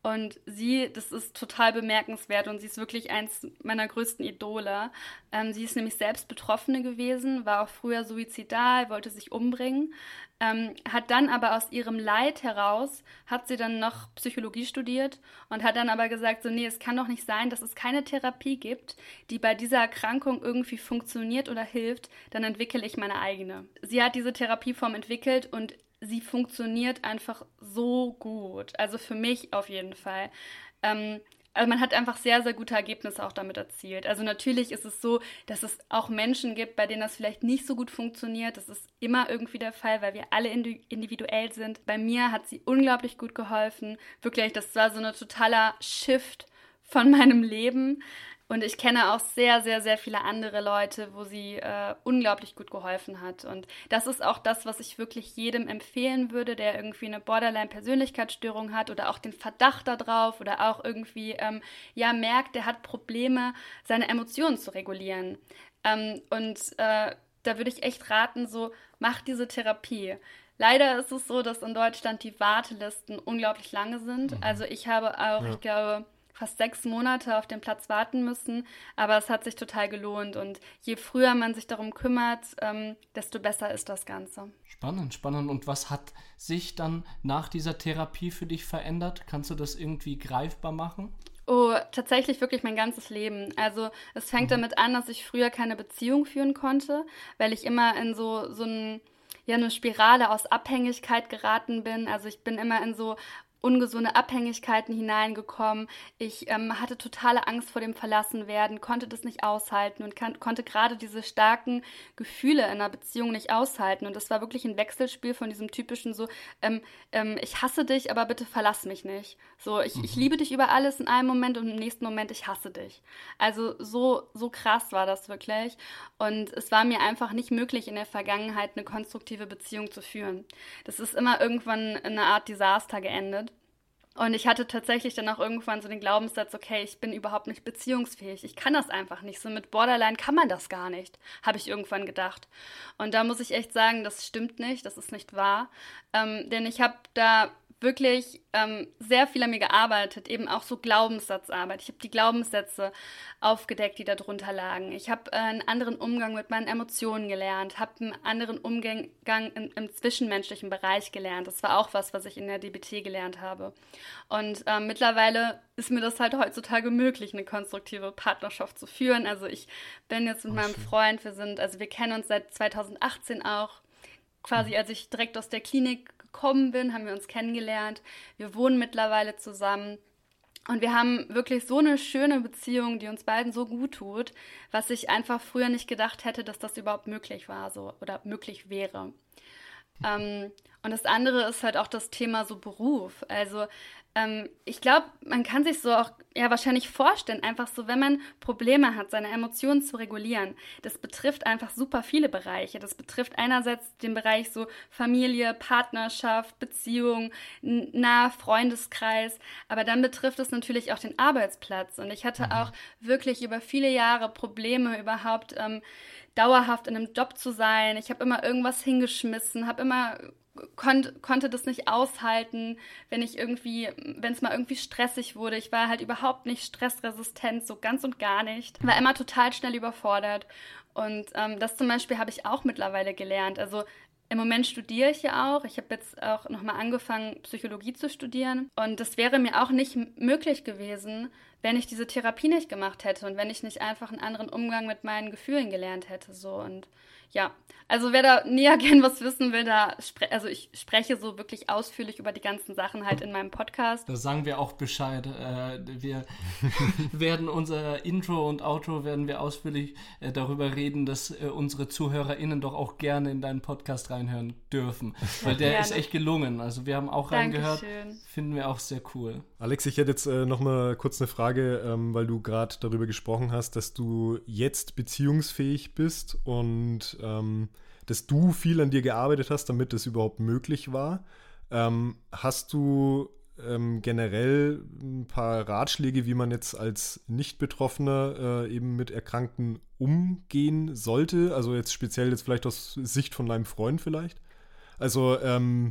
Und sie, das ist total bemerkenswert und sie ist wirklich eins meiner größten Idole. Ähm, sie ist nämlich selbst Betroffene gewesen, war auch früher suizidal, wollte sich umbringen, ähm, hat dann aber aus ihrem Leid heraus, hat sie dann noch Psychologie studiert und hat dann aber gesagt, so nee, es kann doch nicht sein, dass es keine Therapie gibt, die bei dieser Erkrankung irgendwie funktioniert oder hilft, dann entwickle ich meine eigene. Sie hat diese Therapieform entwickelt und sie funktioniert einfach so gut. Also für mich auf jeden Fall. Ähm, also man hat einfach sehr, sehr gute Ergebnisse auch damit erzielt. Also natürlich ist es so, dass es auch Menschen gibt, bei denen das vielleicht nicht so gut funktioniert. Das ist immer irgendwie der Fall, weil wir alle individuell sind. Bei mir hat sie unglaublich gut geholfen. Wirklich, das war so ein totaler Shift von meinem Leben. Und ich kenne auch sehr, sehr, sehr viele andere Leute, wo sie äh, unglaublich gut geholfen hat. Und das ist auch das, was ich wirklich jedem empfehlen würde, der irgendwie eine Borderline-Persönlichkeitsstörung hat oder auch den Verdacht darauf oder auch irgendwie ähm, ja merkt, der hat Probleme, seine Emotionen zu regulieren. Ähm, und äh, da würde ich echt raten, so mach diese Therapie. Leider ist es so, dass in Deutschland die Wartelisten unglaublich lange sind. Mhm. Also ich habe auch, ja. ich glaube... fast sechs Monate auf den Platz warten müssen, aber es hat sich total gelohnt und je früher man sich darum kümmert, ähm, desto besser ist das Ganze. Spannend, spannend. Und was hat sich dann nach dieser Therapie für dich verändert? Kannst du das irgendwie greifbar machen? Oh, tatsächlich wirklich mein ganzes Leben. Also es fängt mhm. damit an, dass ich früher keine Beziehung führen konnte, weil ich immer in so, so ein, ja, eine Spirale aus Abhängigkeit geraten bin. Also ich bin immer in so ungesunde Abhängigkeiten hineingekommen. Ich ähm, hatte totale Angst vor dem Verlassenwerden, konnte das nicht aushalten und kann, konnte gerade diese starken Gefühle in einer Beziehung nicht aushalten. Und das war wirklich ein Wechselspiel von diesem typischen so, ähm, ähm, ich hasse dich, aber bitte verlass mich nicht. So, ich, mhm. ich liebe dich über alles in einem Moment und im nächsten Moment, ich hasse dich. Also so, so krass war das wirklich. Und es war mir einfach nicht möglich, in der Vergangenheit eine konstruktive Beziehung zu führen. Das ist immer irgendwann in einer Art Desaster geendet. Und ich hatte tatsächlich dann auch irgendwann so den Glaubenssatz, okay, ich bin überhaupt nicht beziehungsfähig. Ich kann das einfach nicht. So mit Borderline kann man das gar nicht, habe ich irgendwann gedacht. Und da muss ich echt sagen, das stimmt nicht, das ist nicht wahr. Ähm, denn ich habe da wirklich ähm, sehr viel an mir gearbeitet, eben auch so Glaubenssatzarbeit. Ich habe die Glaubenssätze aufgedeckt, die da drunter lagen. Ich habe äh, einen anderen Umgang mit meinen Emotionen gelernt, habe einen anderen Umgang im, im zwischenmenschlichen Bereich gelernt. Das war auch was, was ich in der D B T gelernt habe. Und äh, mittlerweile ist mir das halt heutzutage möglich, eine konstruktive Partnerschaft zu führen. Also ich bin jetzt mit oh, meinem schön. Freund, wir sind, also wir kennen uns seit zweitausendachtzehn auch, quasi mhm. als ich direkt aus der Klinik gekommen bin, haben wir uns kennengelernt. Wir wohnen mittlerweile zusammen und wir haben wirklich so eine schöne Beziehung, die uns beiden so gut tut, was ich einfach früher nicht gedacht hätte, dass das überhaupt möglich war so oder möglich wäre. Mhm. Ähm, und das andere ist halt auch das Thema so Beruf. Also ähm, ich glaube, man kann sich so auch ja wahrscheinlich vorstellen, einfach so, wenn man Probleme hat, seine Emotionen zu regulieren, das betrifft einfach super viele Bereiche. Das betrifft einerseits den Bereich so Familie, Partnerschaft, Beziehung, naher Freundeskreis, aber dann betrifft es natürlich auch den Arbeitsplatz. Und ich hatte auch wirklich über viele Jahre Probleme überhaupt ähm, dauerhaft in einem Job zu sein. Ich habe immer irgendwas hingeschmissen, habe immer Kon- konnte das nicht aushalten, wenn ich irgendwie, wenn es mal irgendwie stressig wurde. Ich war halt überhaupt nicht stressresistent, so ganz und gar nicht. War immer total schnell überfordert. Und ähm, das zum Beispiel habe ich auch mittlerweile gelernt. Also im Moment studiere ich ja auch. Ich habe jetzt auch nochmal angefangen, Psychologie zu studieren. Und das wäre mir auch nicht m- möglich gewesen, wenn ich diese Therapie nicht gemacht hätte und wenn ich nicht einfach einen anderen Umgang mit meinen Gefühlen gelernt hätte. So und ja, also wer da näher gern was wissen will, da spre- also ich spreche so wirklich ausführlich über die ganzen Sachen halt in meinem Podcast. Da sagen wir auch Bescheid. Äh, wir werden unser Intro und Outro werden wir ausführlich äh, darüber reden, dass äh, unsere ZuhörerInnen doch auch gerne in deinen Podcast reinhören dürfen. Weil der gerne. Ist echt gelungen. Also wir haben auch reingehört. Dankeschön. Finden wir auch sehr cool. Alex, ich hätte jetzt äh, noch mal kurz eine Frage, ähm, weil du gerade darüber gesprochen hast, dass du jetzt beziehungsfähig bist und ähm, dass du viel an dir gearbeitet hast, damit das überhaupt möglich war. Ähm, hast du ähm, generell ein paar Ratschläge, wie man jetzt als Nicht-Betroffener äh, eben mit Erkrankten umgehen sollte? Also jetzt speziell jetzt vielleicht aus Sicht von deinem Freund vielleicht? Also ähm,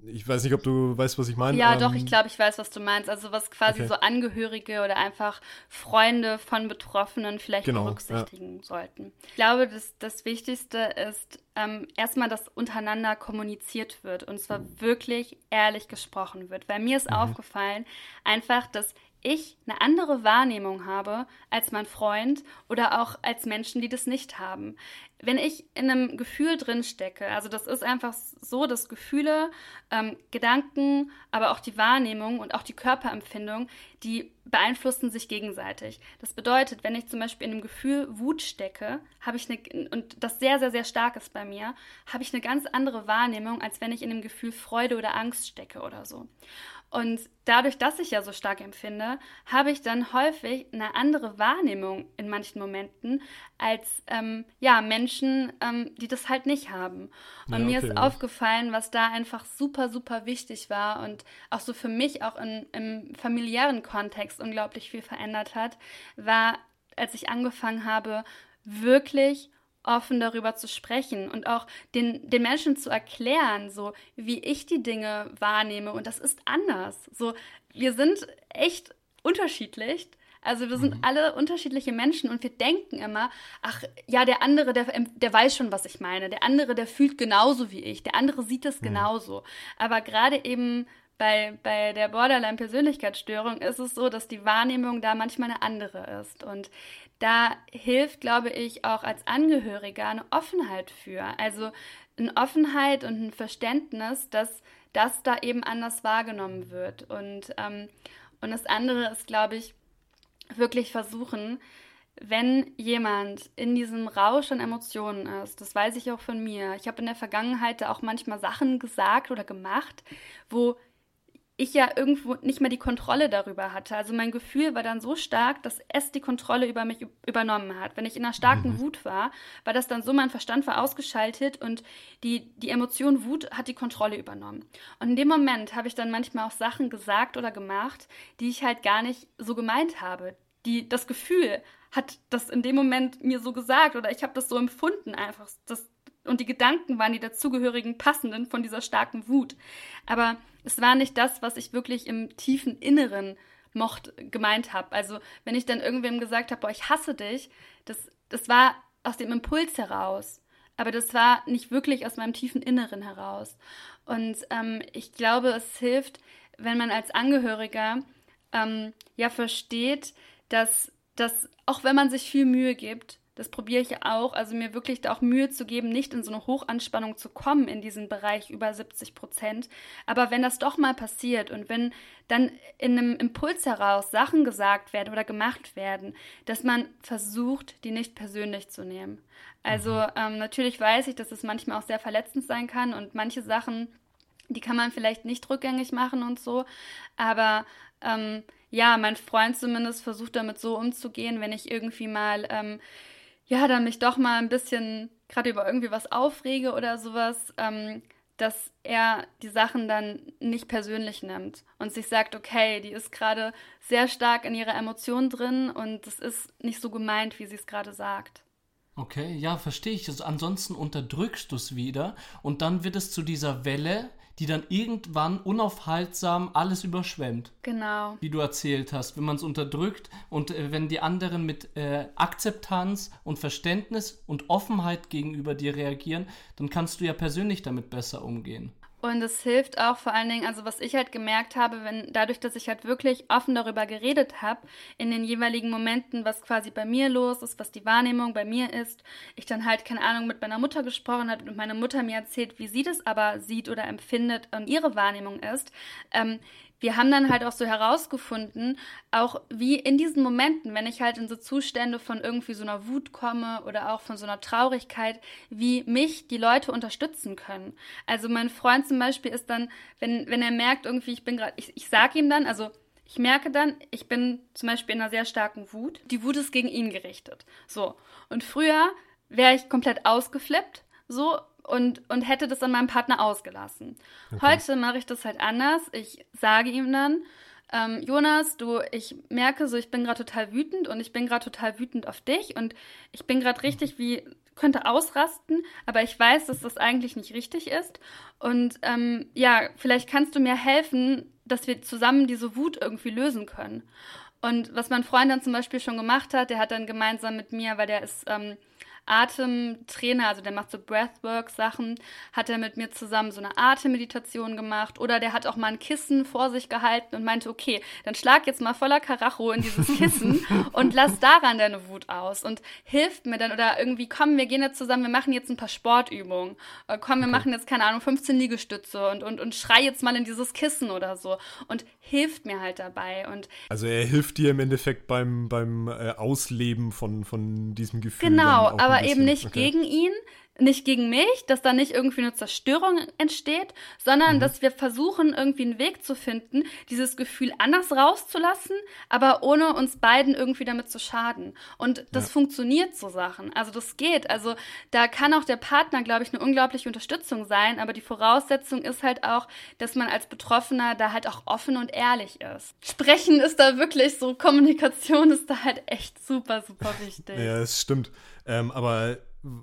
ich weiß nicht, ob du weißt, was ich meine. Ja, ähm, doch, ich glaube, ich weiß, was du meinst. Also was quasi okay. so Angehörige oder einfach Freunde von Betroffenen vielleicht genau, berücksichtigen ja. sollten. Ich glaube, das, das Wichtigste ist ähm, erstmal, dass untereinander kommuniziert wird und zwar wirklich ehrlich gesprochen wird. Weil mir ist Mhm. aufgefallen, einfach, dass ich eine andere Wahrnehmung habe als mein Freund oder auch als Menschen, die das nicht haben. Wenn ich in einem Gefühl drin stecke, also das ist einfach so, dass Gefühle, ähm, Gedanken, aber auch die Wahrnehmung und auch die Körperempfindung, die beeinflussen sich gegenseitig. Das bedeutet, wenn ich zum Beispiel in einem Gefühl Wut stecke, habe ich eine, und das sehr, sehr, sehr stark ist bei mir, habe ich eine ganz andere Wahrnehmung, als wenn ich in einem Gefühl Freude oder Angst stecke oder so. Und dadurch, dass ich ja so stark empfinde, habe ich dann häufig eine andere Wahrnehmung in manchen Momenten als ähm, ja, Menschen, ähm, die das halt nicht haben. Und Ja, mir okay, ist ja. aufgefallen, was da einfach super, super wichtig war und auch so für mich auch in, im familiären Kontext unglaublich viel verändert hat, war, als ich angefangen habe, wirklich offen darüber zu sprechen und auch den, den Menschen zu erklären, so wie ich die Dinge wahrnehme. Und das ist anders. So, wir sind echt unterschiedlich. Also wir sind Mhm. alle unterschiedliche Menschen und wir denken immer, ach ja, der andere, der, der weiß schon, was ich meine. Der andere, der fühlt genauso wie ich. Der andere sieht es Mhm. genauso. Aber gerade eben bei, bei der Borderline-Persönlichkeitsstörung ist es so, dass die Wahrnehmung da manchmal eine andere ist. Und da hilft, glaube ich, auch als Angehöriger eine Offenheit für. Also eine Offenheit und ein Verständnis, dass das da eben anders wahrgenommen wird. Und, ähm, und das andere ist, glaube ich, wirklich versuchen, wenn jemand in diesem Rausch an Emotionen ist, das weiß ich auch von mir. Ich habe in der Vergangenheit da auch manchmal Sachen gesagt oder gemacht, wo ich ja irgendwo nicht mehr die Kontrolle darüber hatte. Also mein Gefühl war dann so stark, dass es die Kontrolle über mich übernommen hat. Wenn ich in einer starken Mhm. Wut war, war das dann so, mein Verstand war ausgeschaltet und die, die Emotion Wut hat die Kontrolle übernommen. Und in dem Moment habe ich dann manchmal auch Sachen gesagt oder gemacht, die ich halt gar nicht so gemeint habe. Die, das Gefühl hat das in dem Moment mir so gesagt oder ich habe das so empfunden einfach. Das, und die Gedanken waren die dazugehörigen passenden von dieser starken Wut. Aber es war nicht das, was ich wirklich im tiefen Inneren mocht, gemeint habe. Also wenn ich dann irgendwem gesagt habe, boah, ich hasse dich, das, das war aus dem Impuls heraus. Aber das war nicht wirklich aus meinem tiefen Inneren heraus. Und ähm, ich glaube, es hilft, wenn man als Angehöriger ähm, ja versteht, dass, dass auch wenn man sich viel Mühe gibt, das probiere ich auch, also mir wirklich da auch Mühe zu geben, nicht in so eine Hochanspannung zu kommen in diesem Bereich über siebzig Prozent. Aber wenn das doch mal passiert und wenn dann in einem Impuls heraus Sachen gesagt werden oder gemacht werden, dass man versucht, die nicht persönlich zu nehmen. Also mhm. ähm, natürlich weiß ich, dass es manchmal auch sehr verletzend sein kann und manche Sachen, die kann man vielleicht nicht rückgängig machen und so, aber ähm, ja, mein Freund zumindest versucht damit so umzugehen, wenn ich irgendwie mal ähm, ja, dann mich doch mal ein bisschen gerade über irgendwie was aufrege oder sowas, ähm, dass er die Sachen dann nicht persönlich nimmt und sich sagt, okay, die ist gerade sehr stark in ihrer Emotion drin und das ist nicht so gemeint, wie sie es gerade sagt. Okay, ja, verstehe ich. Also ansonsten unterdrückst du es wieder und dann wird es zu dieser Welle, die dann irgendwann unaufhaltsam alles überschwemmt. Genau. Wie du erzählt hast, wenn man es unterdrückt und äh, wenn die anderen mit äh, Akzeptanz und Verständnis und Offenheit gegenüber dir reagieren, dann kannst du ja persönlich damit besser umgehen. Und es hilft auch vor allen Dingen, also was ich halt gemerkt habe, wenn dadurch, dass ich halt wirklich offen darüber geredet habe, in den jeweiligen Momenten, was quasi bei mir los ist, was die Wahrnehmung bei mir ist, ich dann halt, keine Ahnung, mit meiner Mutter gesprochen habe und meine Mutter mir erzählt, wie sie das aber sieht oder empfindet und ihre Wahrnehmung ist, ähm, wir haben dann halt auch so herausgefunden, auch wie in diesen Momenten, wenn ich halt in so Zustände von irgendwie so einer Wut komme oder auch von so einer Traurigkeit, wie mich die Leute unterstützen können. Also mein Freund zum Beispiel ist dann, wenn, wenn er merkt irgendwie, ich bin gerade, ich, ich sage ihm dann, also ich merke dann, ich bin zum Beispiel in einer sehr starken Wut. Die Wut ist gegen ihn gerichtet. So. Und früher wäre ich komplett ausgeflippt, so, Und, und hätte das an meinem Partner ausgelassen. Okay. Heute mache ich das halt anders. Ich sage ihm dann, ähm, Jonas, du, ich merke so, ich bin gerade total wütend und ich bin gerade total wütend auf dich und ich bin gerade richtig wie könnte ausrasten, aber ich weiß, dass das eigentlich nicht richtig ist. Und ähm, ja, vielleicht kannst du mir helfen, dass wir zusammen diese Wut irgendwie lösen können. Und was mein Freund dann zum Beispiel schon gemacht hat, der hat dann gemeinsam mit mir, weil der ist ähm, Atemtrainer, also der macht so Breathwork-Sachen, hat er mit mir zusammen so eine Atemmeditation gemacht oder der hat auch mal ein Kissen vor sich gehalten und meinte, okay, dann schlag jetzt mal voller Karacho in dieses Kissen und lass daran deine Wut aus und hilft mir dann oder irgendwie, komm, wir gehen jetzt zusammen, wir machen jetzt ein paar Sportübungen, oder, komm, wir okay. machen jetzt, keine Ahnung, fünfzehn Liegestütze und, und, und schrei jetzt mal in dieses Kissen oder so und hilft mir halt dabei. Und also er hilft dir im Endeffekt beim, beim äh, Ausleben von, von diesem Gefühl. Genau, aber eben nicht okay. gegen ihn, nicht gegen mich, dass da nicht irgendwie eine Zerstörung entsteht, sondern mhm. dass wir versuchen, irgendwie einen Weg zu finden, dieses Gefühl anders rauszulassen, aber ohne uns beiden irgendwie damit zu schaden. Und das ja. funktioniert so Sachen. Also das geht. Also da kann auch der Partner, glaube ich, eine unglaubliche Unterstützung sein, aber die Voraussetzung ist halt auch, dass man als Betroffener da halt auch offen und ehrlich ist. Sprechen ist da wirklich so, Kommunikation ist da halt echt super, super wichtig. Ja, das stimmt. Ähm, aber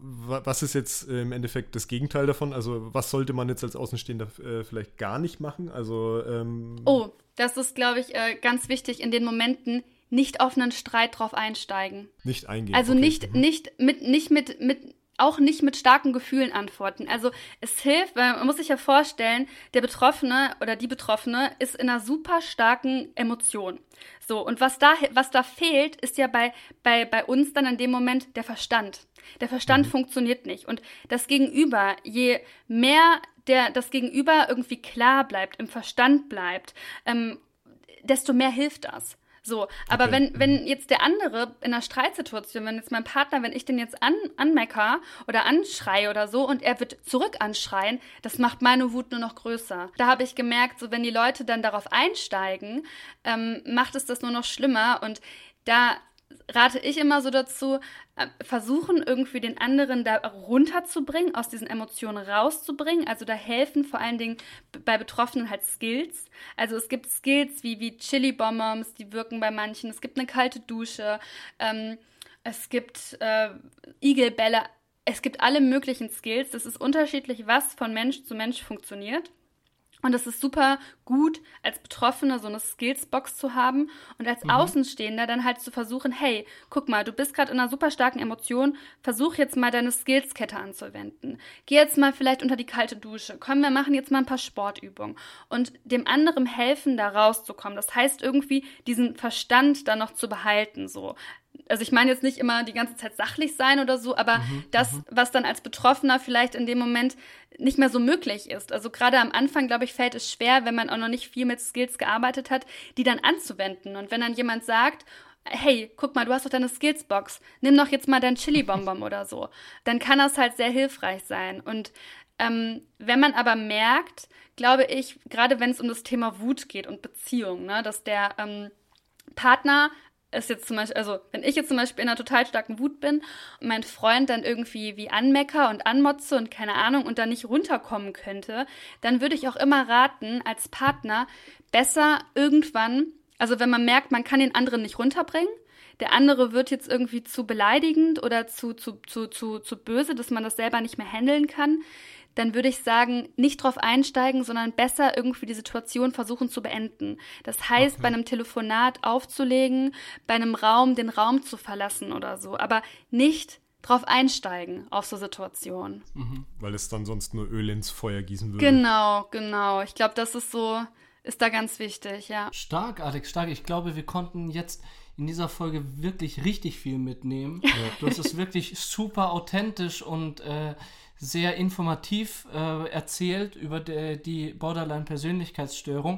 was ist jetzt im Endeffekt das Gegenteil davon? Also was sollte man jetzt als Außenstehender äh, vielleicht gar nicht machen? Also ähm Oh, das ist, glaube ich, äh, ganz wichtig in den Momenten, nicht auf einen Streit drauf einsteigen. Nicht eingehen. Also okay. nicht, mhm. nicht mit, nicht mit, mit auch nicht mit starken Gefühlen antworten. Also es hilft, weil man muss sich ja vorstellen, der Betroffene oder die Betroffene ist in einer super starken Emotion. So, und was da, was da fehlt, ist ja bei, bei, bei uns dann in dem Moment der Verstand. Der Verstand mhm. funktioniert nicht. Und das Gegenüber, je mehr der, das Gegenüber irgendwie klar bleibt, im Verstand bleibt, ähm, desto mehr hilft das. So, aber okay. wenn, wenn jetzt der andere in einer Streitsituation, wenn jetzt mein Partner, wenn ich den jetzt an, anmecker oder anschreie oder so und er wird zurück anschreien, das macht meine Wut nur noch größer. Da habe ich gemerkt, so wenn die Leute dann darauf einsteigen, ähm, macht es das nur noch schlimmer und da rate ich immer so dazu, versuchen irgendwie den anderen da runterzubringen, aus diesen Emotionen rauszubringen. Also da helfen vor allen Dingen bei Betroffenen halt Skills. Also es gibt Skills wie, wie Chili-Bonbons, die wirken bei manchen. Es gibt eine kalte Dusche. Ähm, es gibt äh, Igelbälle. Es gibt alle möglichen Skills. Das ist unterschiedlich, was von Mensch zu Mensch funktioniert. Und es ist super gut, als Betroffene so eine Skillsbox zu haben und als mhm. Außenstehender dann halt zu versuchen, hey, guck mal, du bist gerade in einer super starken Emotion, versuch jetzt mal deine Skillskette anzuwenden. Geh jetzt mal vielleicht unter die kalte Dusche. Komm, wir machen jetzt mal ein paar Sportübungen. Und dem anderen helfen, da rauszukommen. Das heißt irgendwie, diesen Verstand dann noch zu behalten, so. Also ich meine jetzt nicht immer die ganze Zeit sachlich sein oder so, aber mhm, das, was dann als Betroffener vielleicht in dem Moment nicht mehr so möglich ist. Also gerade am Anfang, glaube ich, fällt es schwer, wenn man auch noch nicht viel mit Skills gearbeitet hat, die dann anzuwenden. Und wenn dann jemand sagt, hey, guck mal, du hast doch deine Skillsbox, nimm doch jetzt mal dein Chili-Bonbon oder so, dann kann das halt sehr hilfreich sein. Und ähm, wenn man aber merkt, glaube ich, gerade wenn es um das Thema Wut geht und Beziehung, ne, dass der ähm, Partner ist jetzt zum Beispiel, also wenn ich jetzt zum Beispiel in einer total starken Wut bin und mein Freund dann irgendwie wie anmecker und anmotze und keine Ahnung und dann nicht runterkommen könnte, dann würde ich auch immer raten, als Partner besser irgendwann, also wenn man merkt, man kann den anderen nicht runterbringen, der andere wird jetzt irgendwie zu beleidigend oder zu, zu, zu, zu, zu böse, dass man das selber nicht mehr handeln kann, dann würde ich sagen, nicht drauf einsteigen, sondern besser irgendwie die Situation versuchen zu beenden. Das heißt, okay. bei einem Telefonat aufzulegen, bei einem Raum den Raum zu verlassen oder so, aber nicht drauf einsteigen auf so Situationen. Mhm. Weil es dann sonst nur Öl ins Feuer gießen würde. Genau, genau. Ich glaube, das ist so, ist da ganz wichtig, ja. Stark, Alex, stark. Ich glaube, wir konnten jetzt in dieser Folge wirklich richtig viel mitnehmen. Ja. Du hast es wirklich super authentisch und äh, sehr informativ äh, erzählt über de, die Borderline-Persönlichkeitsstörung.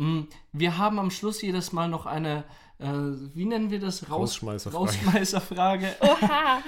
Wir haben am Schluss jedes Mal noch eine, äh, wie nennen wir das? Raus- Rausschmeißerfrage. Rausschmeißerfrage. Oha!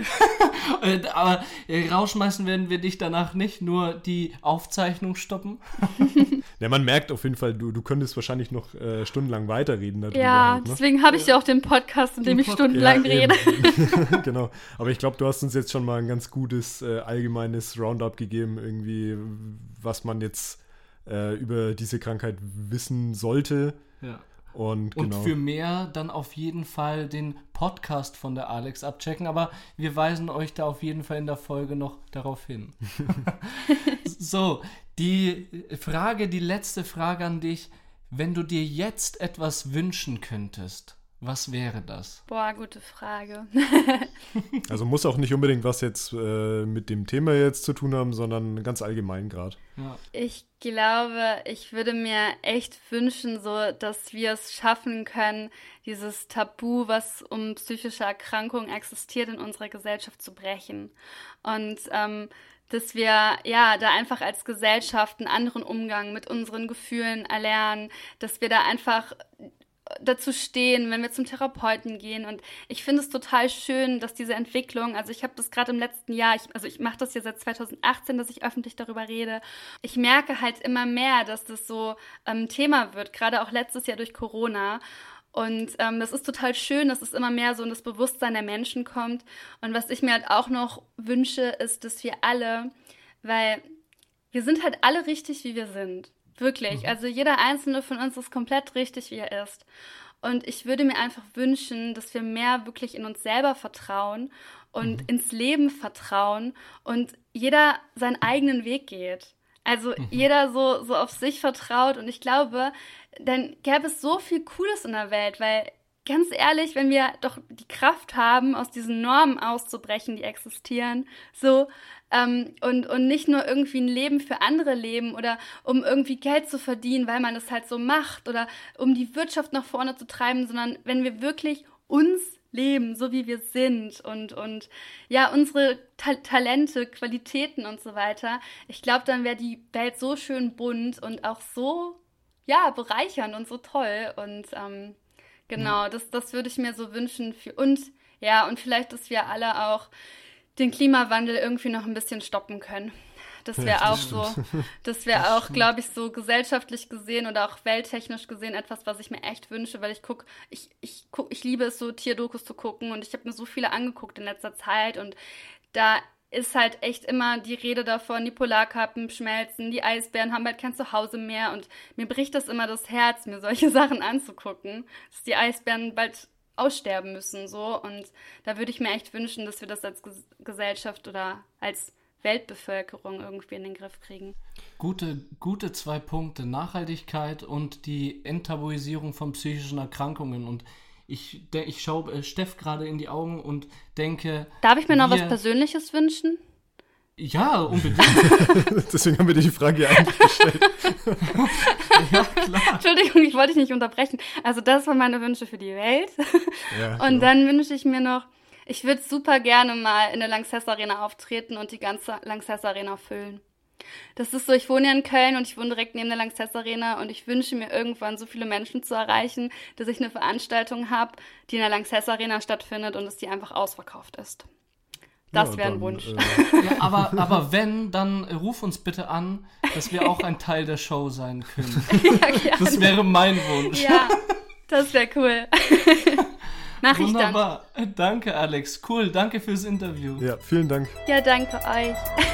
Aber äh, rausschmeißen werden wir dich danach nicht, nur die Aufzeichnung stoppen. Ja, man merkt auf jeden Fall, du, du könntest wahrscheinlich noch äh, stundenlang weiterreden darüber. Ja, halt, ne? Deswegen habe ich ja auch den Podcast, in dem ich Pod- stundenlang ja, rede. Genau, aber ich glaube, du hast uns jetzt schon mal ein ganz gutes äh, allgemeines Roundup gegeben, irgendwie, was man jetzt äh, über diese Krankheit wissen sollte. Ja. Und, und genau. für mehr dann auf jeden Fall den Podcast von der Alex abchecken, aber wir weisen euch da auf jeden Fall in der Folge noch darauf hin. So, die Frage, die letzte Frage an dich, wenn du dir jetzt etwas wünschen könntest, was wäre das? Boah, gute Frage. Also muss auch nicht unbedingt was jetzt äh, mit dem Thema jetzt zu tun haben, sondern ganz allgemein gerade. Ja. Ich glaube, ich würde mir echt wünschen, so, dass wir es schaffen können, dieses Tabu, was um psychische Erkrankungen existiert, in unserer Gesellschaft zu brechen. Und ähm, dass wir ja da einfach als Gesellschaft einen anderen Umgang mit unseren Gefühlen erlernen, dass wir da einfach dazu stehen, wenn wir zum Therapeuten gehen. Und ich finde es total schön, dass diese Entwicklung, also ich habe das gerade im letzten Jahr, ich, also ich mache das ja seit zwanzig achtzehn, dass ich öffentlich darüber rede. Ich merke halt immer mehr, dass das so ähm, Thema wird, gerade auch letztes Jahr durch Corona. Und ähm, das ist total schön, dass es immer mehr so in das Bewusstsein der Menschen kommt. Und was ich mir halt auch noch wünsche, ist, dass wir alle, weil wir sind halt alle richtig, wie wir sind. Wirklich. Mhm. Also jeder Einzelne von uns ist komplett richtig, wie er ist. Und ich würde mir einfach wünschen, dass wir mehr wirklich in uns selber vertrauen und mhm. ins Leben vertrauen und jeder seinen eigenen Weg geht. Also mhm. jeder so, so auf sich vertraut. Und ich glaube, dann gäbe es so viel Cooles in der Welt, weil ganz ehrlich, wenn wir doch die Kraft haben, aus diesen Normen auszubrechen, die existieren, so, ähm, und, und nicht nur irgendwie ein Leben für andere leben oder um irgendwie Geld zu verdienen, weil man das halt so macht oder um die Wirtschaft nach vorne zu treiben, sondern wenn wir wirklich uns leben, so wie wir sind und, und ja, unsere Ta- Talente, Qualitäten und so weiter, ich glaube, dann wäre die Welt so schön bunt und auch so, ja, bereichernd und so toll und, ähm, genau, das, das würde ich mir so wünschen für uns. Ja, und vielleicht, dass wir alle auch den Klimawandel irgendwie noch ein bisschen stoppen können. Das wäre ja, auch so, das wäre auch, glaube ich, so gesellschaftlich gesehen oder auch welttechnisch gesehen etwas, was ich mir echt wünsche, weil ich gucke, ich, ich guck, ich liebe es so, Tierdokus zu gucken und ich habe mir so viele angeguckt in letzter Zeit und da ist halt echt immer die Rede davon, die Polarkappen schmelzen, die Eisbären haben halt kein Zuhause mehr und mir bricht das immer das Herz, mir solche Sachen anzugucken, dass die Eisbären bald aussterben müssen, so, und da würde ich mir echt wünschen, dass wir das als Ges- Gesellschaft oder als Weltbevölkerung irgendwie in den Griff kriegen. Gute, gute zwei Punkte, Nachhaltigkeit und die Enttabuisierung von psychischen Erkrankungen und Ich, de, ich schaue äh, Steff gerade in die Augen und denke... Darf ich mir noch wir, was Persönliches wünschen? Ja, unbedingt. Deswegen haben wir dir die Frage ja eigentlich gestellt. Ja, klar. Entschuldigung, ich wollte dich nicht unterbrechen. Also das waren meine Wünsche für die Welt. Ja, und genau. dann wünsche ich mir noch, ich würde super gerne mal in der Lanxess Arena auftreten und die ganze Lanxess Arena füllen. Das ist so, ich wohne ja in Köln und ich wohne direkt neben der Lanxess Arena und ich wünsche mir irgendwann so viele Menschen zu erreichen, dass ich eine Veranstaltung habe, die in der Lanxess Arena stattfindet und dass die einfach ausverkauft ist. Das Ja, wäre ein dann, Wunsch. Äh, Ja, aber, aber wenn, dann ruf uns bitte an, dass wir auch ein Teil der Show sein können. Ja, gerne. Das wäre mein Wunsch. Ja, das wäre cool. Mach ich dann. Wunderbar. Danke, Alex. Cool, danke fürs Interview. ja, vielen Dank. Ja, danke euch.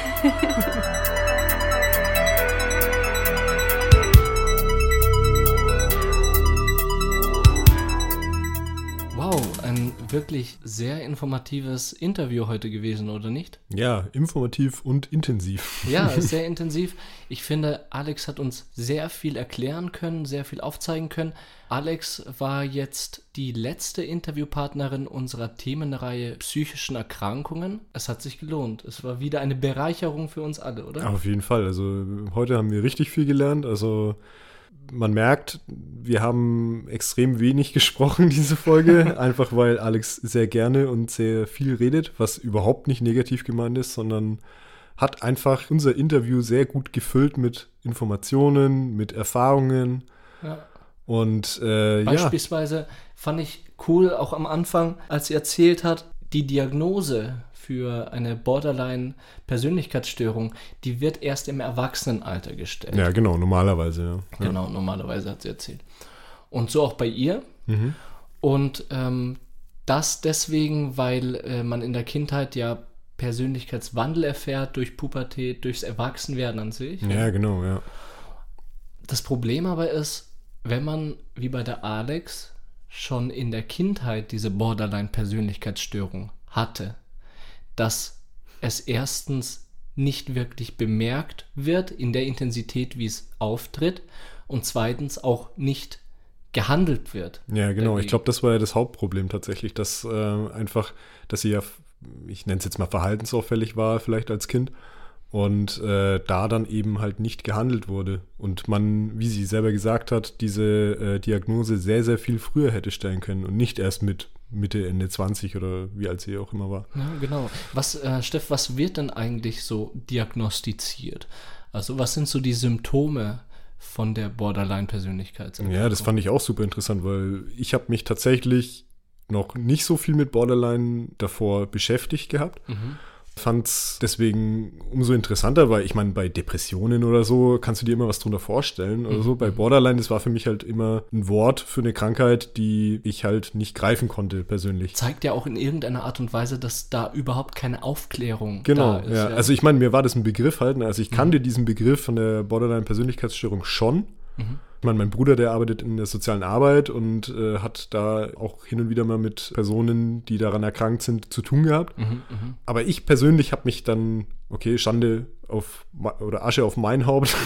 Wow, ein wirklich sehr informatives Interview heute gewesen, oder nicht? Ja, informativ und intensiv. Ja, sehr intensiv. Ich finde, Alex hat uns sehr viel erklären können, sehr viel aufzeigen können. Alex war jetzt die letzte Interviewpartnerin unserer Themenreihe psychischen Erkrankungen. Es hat sich gelohnt. Es war wieder eine Bereicherung für uns alle, oder? Auf jeden Fall. Also heute haben wir richtig viel gelernt. Also man merkt, wir haben extrem wenig gesprochen, diese Folge, einfach weil Alex sehr gerne und sehr viel redet, was überhaupt nicht negativ gemeint ist, sondern hat einfach unser Interview sehr gut gefüllt mit Informationen, mit Erfahrungen. Ja. Und äh, Beispielsweise ja. fand ich cool, auch am Anfang, als sie erzählt hat, die Diagnose für eine Borderline-Persönlichkeitsstörung, die wird erst im Erwachsenenalter gestellt. Ja, genau, normalerweise, ja. Genau, normalerweise hat sie erzählt. Und so auch bei ihr. Mhm. Und ähm, das deswegen, weil äh, man in der Kindheit ja Persönlichkeitswandel erfährt durch Pubertät, durchs Erwachsenwerden an sich. Ja, genau, ja. Das Problem aber ist, wenn man, wie bei der Alex, schon in der Kindheit diese Borderline-Persönlichkeitsstörung hatte, dass es erstens nicht wirklich bemerkt wird in der Intensität, wie es auftritt, und zweitens auch nicht gehandelt wird. Ja, genau. Dagegen. Ich glaube, das war ja das Hauptproblem tatsächlich, dass äh, einfach, dass sie ja, ich nenne es jetzt mal verhaltensauffällig war, vielleicht als Kind, und äh, da dann eben halt nicht gehandelt wurde. Und man, wie sie selber gesagt hat, diese äh, Diagnose sehr, sehr viel früher hätte stellen können und nicht erst mit Mitte, Ende zwanzig oder wie alt sie auch immer war. Ja, genau. Was, äh, Steff, was wird denn eigentlich so diagnostiziert? Also was sind so die Symptome von der Borderline-Persönlichkeitsstörung? Ja, das fand ich auch super interessant, weil ich habe mich tatsächlich noch nicht so viel mit Borderline davor beschäftigt gehabt. Mhm. Fand es deswegen umso interessanter, weil ich meine, bei Depressionen oder so kannst du dir immer was drunter vorstellen oder mhm. so. Bei Borderline, das war für mich halt immer ein Wort für eine Krankheit, die ich halt nicht greifen konnte persönlich. Zeigt ja auch in irgendeiner Art und Weise, dass da überhaupt keine Aufklärung genau, da ist. Ja. Ja. Also ich meine, mir war das ein Begriff halt, also ich mhm. kannte diesen Begriff von der Borderline-Persönlichkeitsstörung schon. Mhm. Ich meine, mein Bruder, der arbeitet in der sozialen Arbeit und äh, hat da auch hin und wieder mal mit Personen, die daran erkrankt sind, zu tun gehabt. Mhm, mh. Aber ich persönlich habe mich dann, okay, Schande auf oder Asche auf mein Haupt,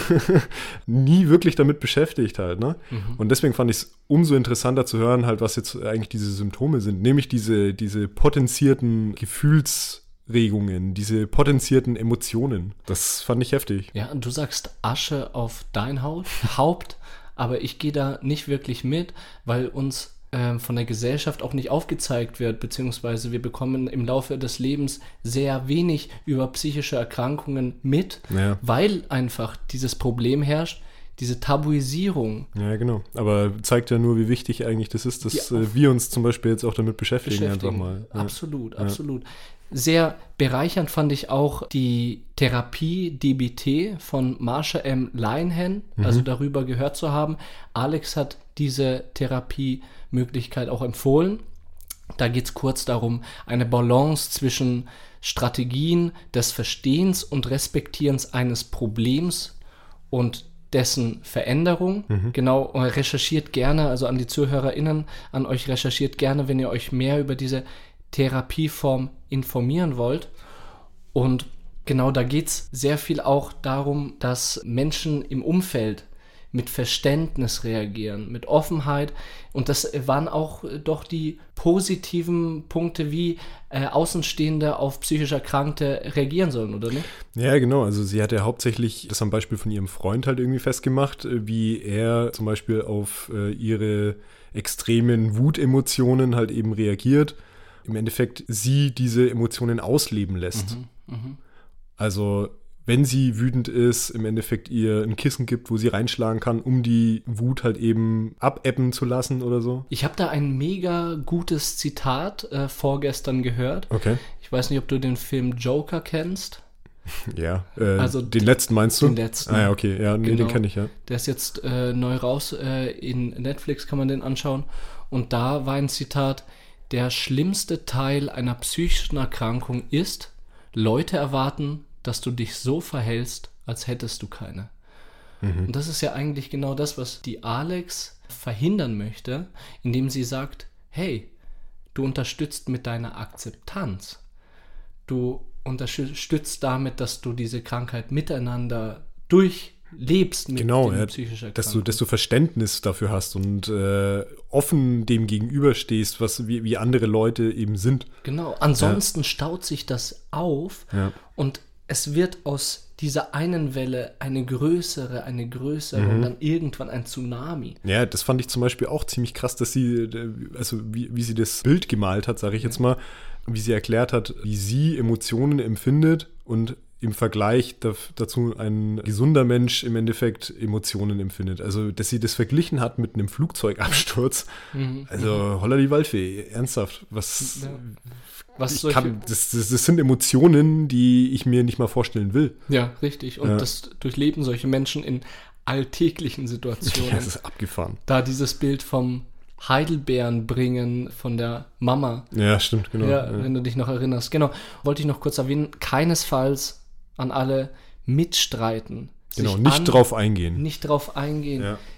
nie wirklich damit beschäftigt halt. Ne? Mhm. Und deswegen fand ich es umso interessanter zu hören, halt, was jetzt eigentlich diese Symptome sind, nämlich diese, diese potenzierten Gefühlsregungen, diese potenzierten Emotionen. Das fand ich heftig. Ja, und du sagst Asche auf dein Haut, Haupt, aber ich gehe da nicht wirklich mit, weil uns äh, von der Gesellschaft auch nicht aufgezeigt wird, beziehungsweise wir bekommen im Laufe des Lebens sehr wenig über psychische Erkrankungen mit, Ja. weil einfach dieses Problem herrscht, diese Tabuisierung. Ja, genau. Aber zeigt ja nur, wie wichtig eigentlich das ist, dass Ja, äh, wir uns zum Beispiel jetzt auch damit beschäftigen, beschäftigen. einfach mal. Ja. Absolut, Ja. absolut. Sehr bereichernd fand ich auch die Therapie D B T von Marsha M. Linehan, Mhm. also darüber gehört zu haben. Alex hat diese Therapiemöglichkeit auch empfohlen. Da geht es kurz darum, eine Balance zwischen Strategien des Verstehens und Respektierens eines Problems und dessen Veränderung. Mhm. Genau, recherchiert gerne, also an die ZuhörerInnen, an euch recherchiert gerne, wenn ihr euch mehr über diese Therapieform informieren wollt. Und genau, da geht es sehr viel auch darum, dass Menschen im Umfeld mit Verständnis reagieren, mit Offenheit. Und das waren auch äh, doch die positiven Punkte, wie äh, Außenstehende auf psychisch Erkrankte reagieren sollen, oder nicht? Ja, genau. Also sie hat ja hauptsächlich das am Beispiel von ihrem Freund halt irgendwie festgemacht, äh, wie er zum Beispiel auf äh, ihre extremen Wutemotionen halt eben reagiert. Im Endeffekt sie diese Emotionen ausleben lässt. Mhm, mh. Also wenn sie wütend ist, im Endeffekt ihr ein Kissen gibt, wo sie reinschlagen kann, um die Wut halt eben abebben zu lassen oder so. Ich habe da ein mega gutes Zitat äh, vorgestern gehört. Okay. Ich weiß nicht, ob du den Film Joker kennst. Ja, äh, Also den letzten meinst du? Den letzten. Ah ja, okay. Ja, nee, Genau. den kenne ich, ja. Der ist jetzt äh, neu raus. Äh, in Netflix kann man den anschauen. Und da war ein Zitat: Der schlimmste Teil einer psychischen Erkrankung ist, Leute erwarten, dass du dich so verhältst, als hättest du keine. Mhm. Und das ist ja eigentlich genau das, was die Alex verhindern möchte, indem sie sagt, hey, du unterstützt mit deiner Akzeptanz. Du unterstützt damit, dass du diese Krankheit miteinander durchlebst mit Genau, dem ja, psychischen Erkrankung. dass du, dass du Verständnis dafür hast und äh, offen dem gegenüberstehst, was, wie, wie andere Leute eben sind. Genau, ansonsten ja. staut sich das auf ja. und es wird aus dieser einen Welle eine größere, eine größere mhm. und dann irgendwann ein Tsunami. Ja, das fand ich zum Beispiel auch ziemlich krass, dass sie, also wie, wie sie das Bild gemalt hat, sage ich jetzt mal, wie sie erklärt hat, wie sie Emotionen empfindet und im Vergleich dazu ein gesunder Mensch im Endeffekt Emotionen empfindet. Also, dass sie das verglichen hat mit einem Flugzeugabsturz. Mhm. Also, holla die Waldfee, ernsthaft. Was, ja. was ich solche... kann, das, das, das sind Emotionen, die ich mir nicht mal vorstellen will. Ja, richtig. Und ja. das durchleben solche Menschen in alltäglichen Situationen. Ja, das ist abgefahren. Da dieses Bild vom Heidelbeeren bringen von der Mama. Ja, stimmt, genau. Ja, ja. wenn du dich noch erinnerst. Genau, wollte ich noch kurz erwähnen, keinesfalls an alle mitstreiten. Genau, nicht an, drauf eingehen. Nicht drauf eingehen. Ja.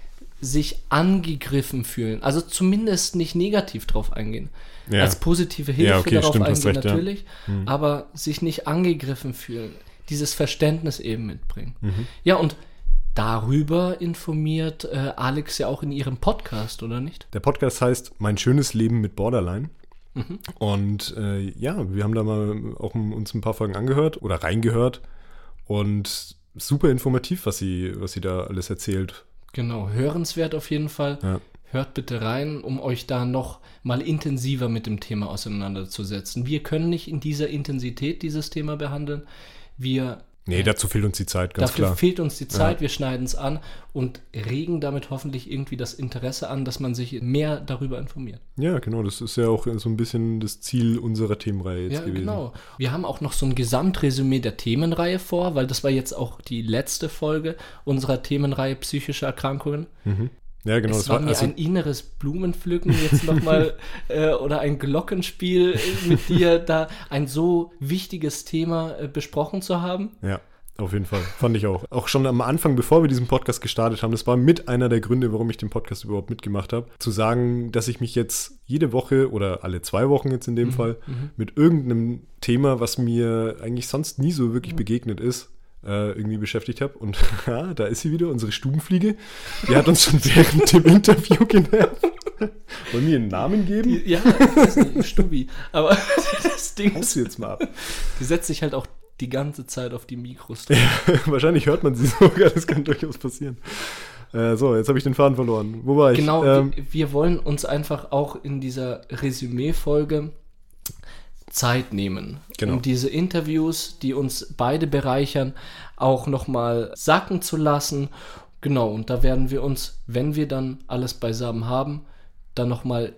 sich angegriffen fühlen. Also zumindest nicht negativ drauf eingehen. Ja. Als positive Hilfe ja, okay, darauf stimmt, eingehen recht, natürlich, ja. mhm. aber sich nicht angegriffen fühlen. Dieses Verständnis eben mitbringen. Mhm. Ja, und darüber informiert äh, Alex ja auch in ihrem Podcast, oder nicht? Der Podcast heißt Mein schönes Leben mit Borderline. Mhm. Und äh, ja, wir haben da mal auch uns ein paar Folgen angehört oder reingehört und super informativ, was sie, was sie da alles erzählt. Genau, hörenswert auf jeden Fall. Ja. Hört bitte rein, um euch da noch mal intensiver mit dem Thema auseinanderzusetzen. Wir können nicht in dieser Intensität dieses Thema behandeln. Wir Nee, dazu fehlt uns die Zeit, ganz Dafür klar. fehlt uns die Zeit, Ja. wir schneiden es an und regen damit hoffentlich irgendwie das Interesse an, dass man sich mehr darüber informiert. Ja, genau, das ist ja auch so ein bisschen das Ziel unserer Themenreihe jetzt Ja, gewesen. genau. Wir haben auch noch so ein Gesamtresümee der Themenreihe vor, weil das war jetzt auch die letzte Folge unserer Themenreihe psychische Erkrankungen. Mhm. Ja, genau. Es das war, war mir also, ein inneres Blumenpflücken jetzt nochmal äh, oder ein Glockenspiel mit dir, da ein so wichtiges Thema äh, besprochen zu haben. ja, auf jeden Fall. Fand ich auch. Auch schon am Anfang, bevor wir diesen Podcast gestartet haben, das war mit einer der Gründe, warum ich den Podcast überhaupt mitgemacht habe, zu sagen, dass ich mich jetzt jede Woche oder alle zwei Wochen jetzt in dem Mhm, Fall mhm. mit irgendeinem Thema, was mir eigentlich sonst nie so wirklich begegnet ist, äh, irgendwie beschäftigt habe. Und ja, da ist sie wieder, unsere Stubenfliege. Die hat uns schon während dem Interview genervt. Wollen wir einen Namen geben? Die, ja, ich weiß nicht, Stubi. Aber das Ding Haust ist, du jetzt mal ab. die setzt sich halt auch die ganze Zeit auf die Mikros. Wahrscheinlich hört man sie sogar, das kann durchaus passieren. Äh, so, jetzt habe ich den Faden verloren. Wo war ich? Genau, Ähm, wir, wir wollen uns einfach auch in dieser Resümee-Folge Zeit nehmen, Genau. um diese Interviews, die uns beide bereichern, auch nochmal sacken zu lassen. Genau, und da werden wir uns, wenn wir dann alles beisammen haben, dann nochmal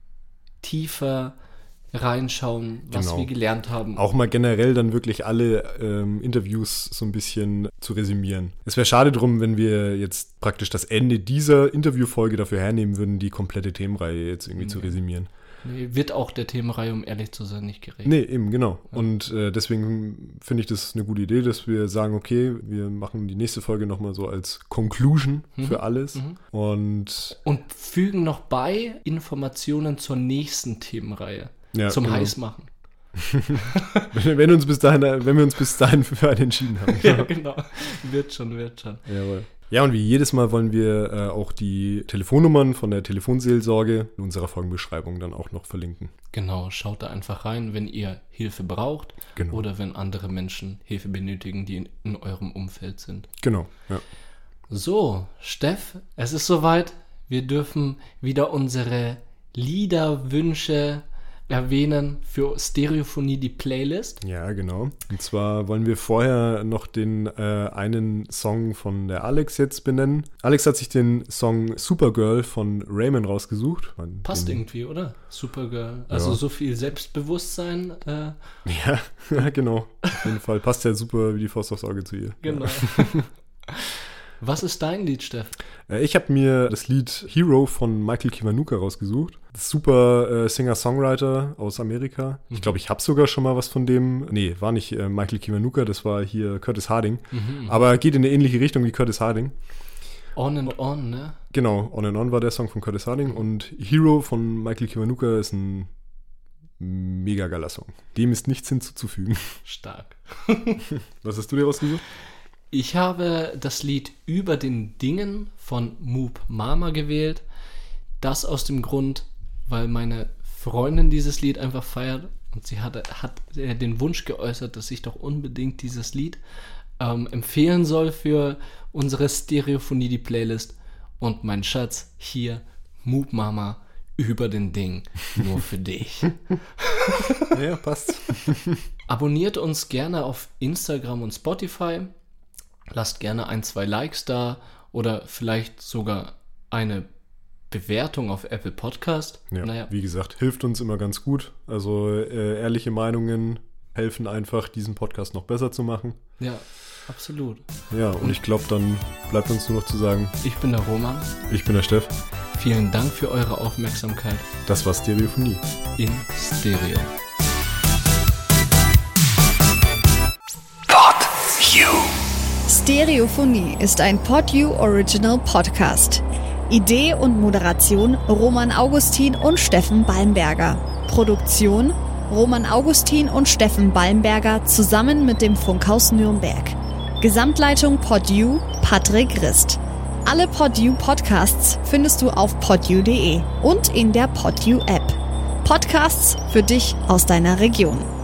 tiefer reinschauen, was Genau. wir gelernt haben. auch mal generell dann wirklich alle ähm, Interviews so ein bisschen zu resümieren. Es wäre schade drum, wenn wir jetzt praktisch das Ende dieser Interviewfolge dafür hernehmen würden, die komplette Themenreihe jetzt irgendwie zu Nee. resümieren. Nee, wird auch der Themenreihe, um ehrlich zu sein, nicht gerecht. Nee, eben, genau. Und äh, deswegen finde ich das eine gute Idee, dass wir sagen, okay, wir machen die nächste Folge nochmal so als Conclusion Mhm. für alles. Mhm. Und Und fügen noch bei Informationen zur nächsten Themenreihe. ja, zum genau. Heißmachen. wenn, wenn, uns bis dahin, wenn wir uns bis dahin für einen entschieden haben. Ja, genau. Wird schon, wird schon. Jawohl. Ja, und wie jedes Mal wollen wir äh, auch die Telefonnummern von der Telefonseelsorge in unserer Folgenbeschreibung dann auch noch verlinken. Genau, schaut da einfach rein, wenn ihr Hilfe braucht Genau. oder wenn andere Menschen Hilfe benötigen, die in, in eurem Umfeld sind. Genau, ja. So, Steff, es ist soweit. Wir dürfen wieder unsere Liederwünsche erwähnen für Stereophonie, die Playlist. Ja, genau. Und zwar wollen wir vorher noch den äh, einen Song von der Alex jetzt benennen. Alex hat sich den Song Supergirl von Raymond rausgesucht. Man, Passt den, irgendwie, oder? Supergirl. Also Ja. so viel Selbstbewusstsein. Äh, Ja, ja, genau. Auf jeden Fall passt ja super wie die Faust aufs Auge zu ihr. genau. Was ist dein Lied, Steff? Äh, Ich habe mir das Lied Hero von Michael Kiwanuka rausgesucht. Super äh, Singer-Songwriter aus Amerika. Mhm. Ich glaube, ich habe sogar schon mal was von dem. Nee, war nicht äh, Michael Kiwanuka, das war hier Curtis Harding. Mhm. Aber geht in eine ähnliche Richtung wie Curtis Harding. On and On, ne? Genau, On and On war der Song von Curtis Harding. Und Hero von Michael Kiwanuka ist ein mega geiler Song. Dem ist nichts hinzuzufügen. Stark. Was hast du dir rausgesucht? Ich habe das Lied Über den Dingen von Moop Mama gewählt. Das aus dem Grund, weil meine Freundin dieses Lied einfach feiert und sie hatte, hat den Wunsch geäußert, dass ich doch unbedingt dieses Lied ähm, empfehlen soll für unsere Stereophonie, die Playlist. Und mein Schatz, hier, Moop Mama, Über den Ding, nur für dich. Ja, passt. Abonniert uns gerne auf Instagram und Spotify. Lasst gerne ein, zwei Likes da oder vielleicht sogar eine Bewertung auf Apple Podcast. Ja, Naja, wie gesagt, hilft uns immer ganz gut. Also äh, ehrliche Meinungen helfen einfach, diesen Podcast noch besser zu machen. ja, absolut. Ja, und ich glaube, dann bleibt uns nur noch zu sagen, Ich bin der Roman. ich bin der Steff. Vielen Dank für eure Aufmerksamkeit Das war Stereophonie. in Stereo. Stereophonie ist ein PodU Original Podcast. Idee und Moderation Roman Augustin und Steffen Balmberger. Produktion Roman Augustin und Steffen Balmberger zusammen mit dem Funkhaus Nürnberg. Gesamtleitung PodU Patrick Rist. Alle PodU Podcasts findest du auf podu punkt de und in der PodU App. Podcasts für dich aus deiner Region.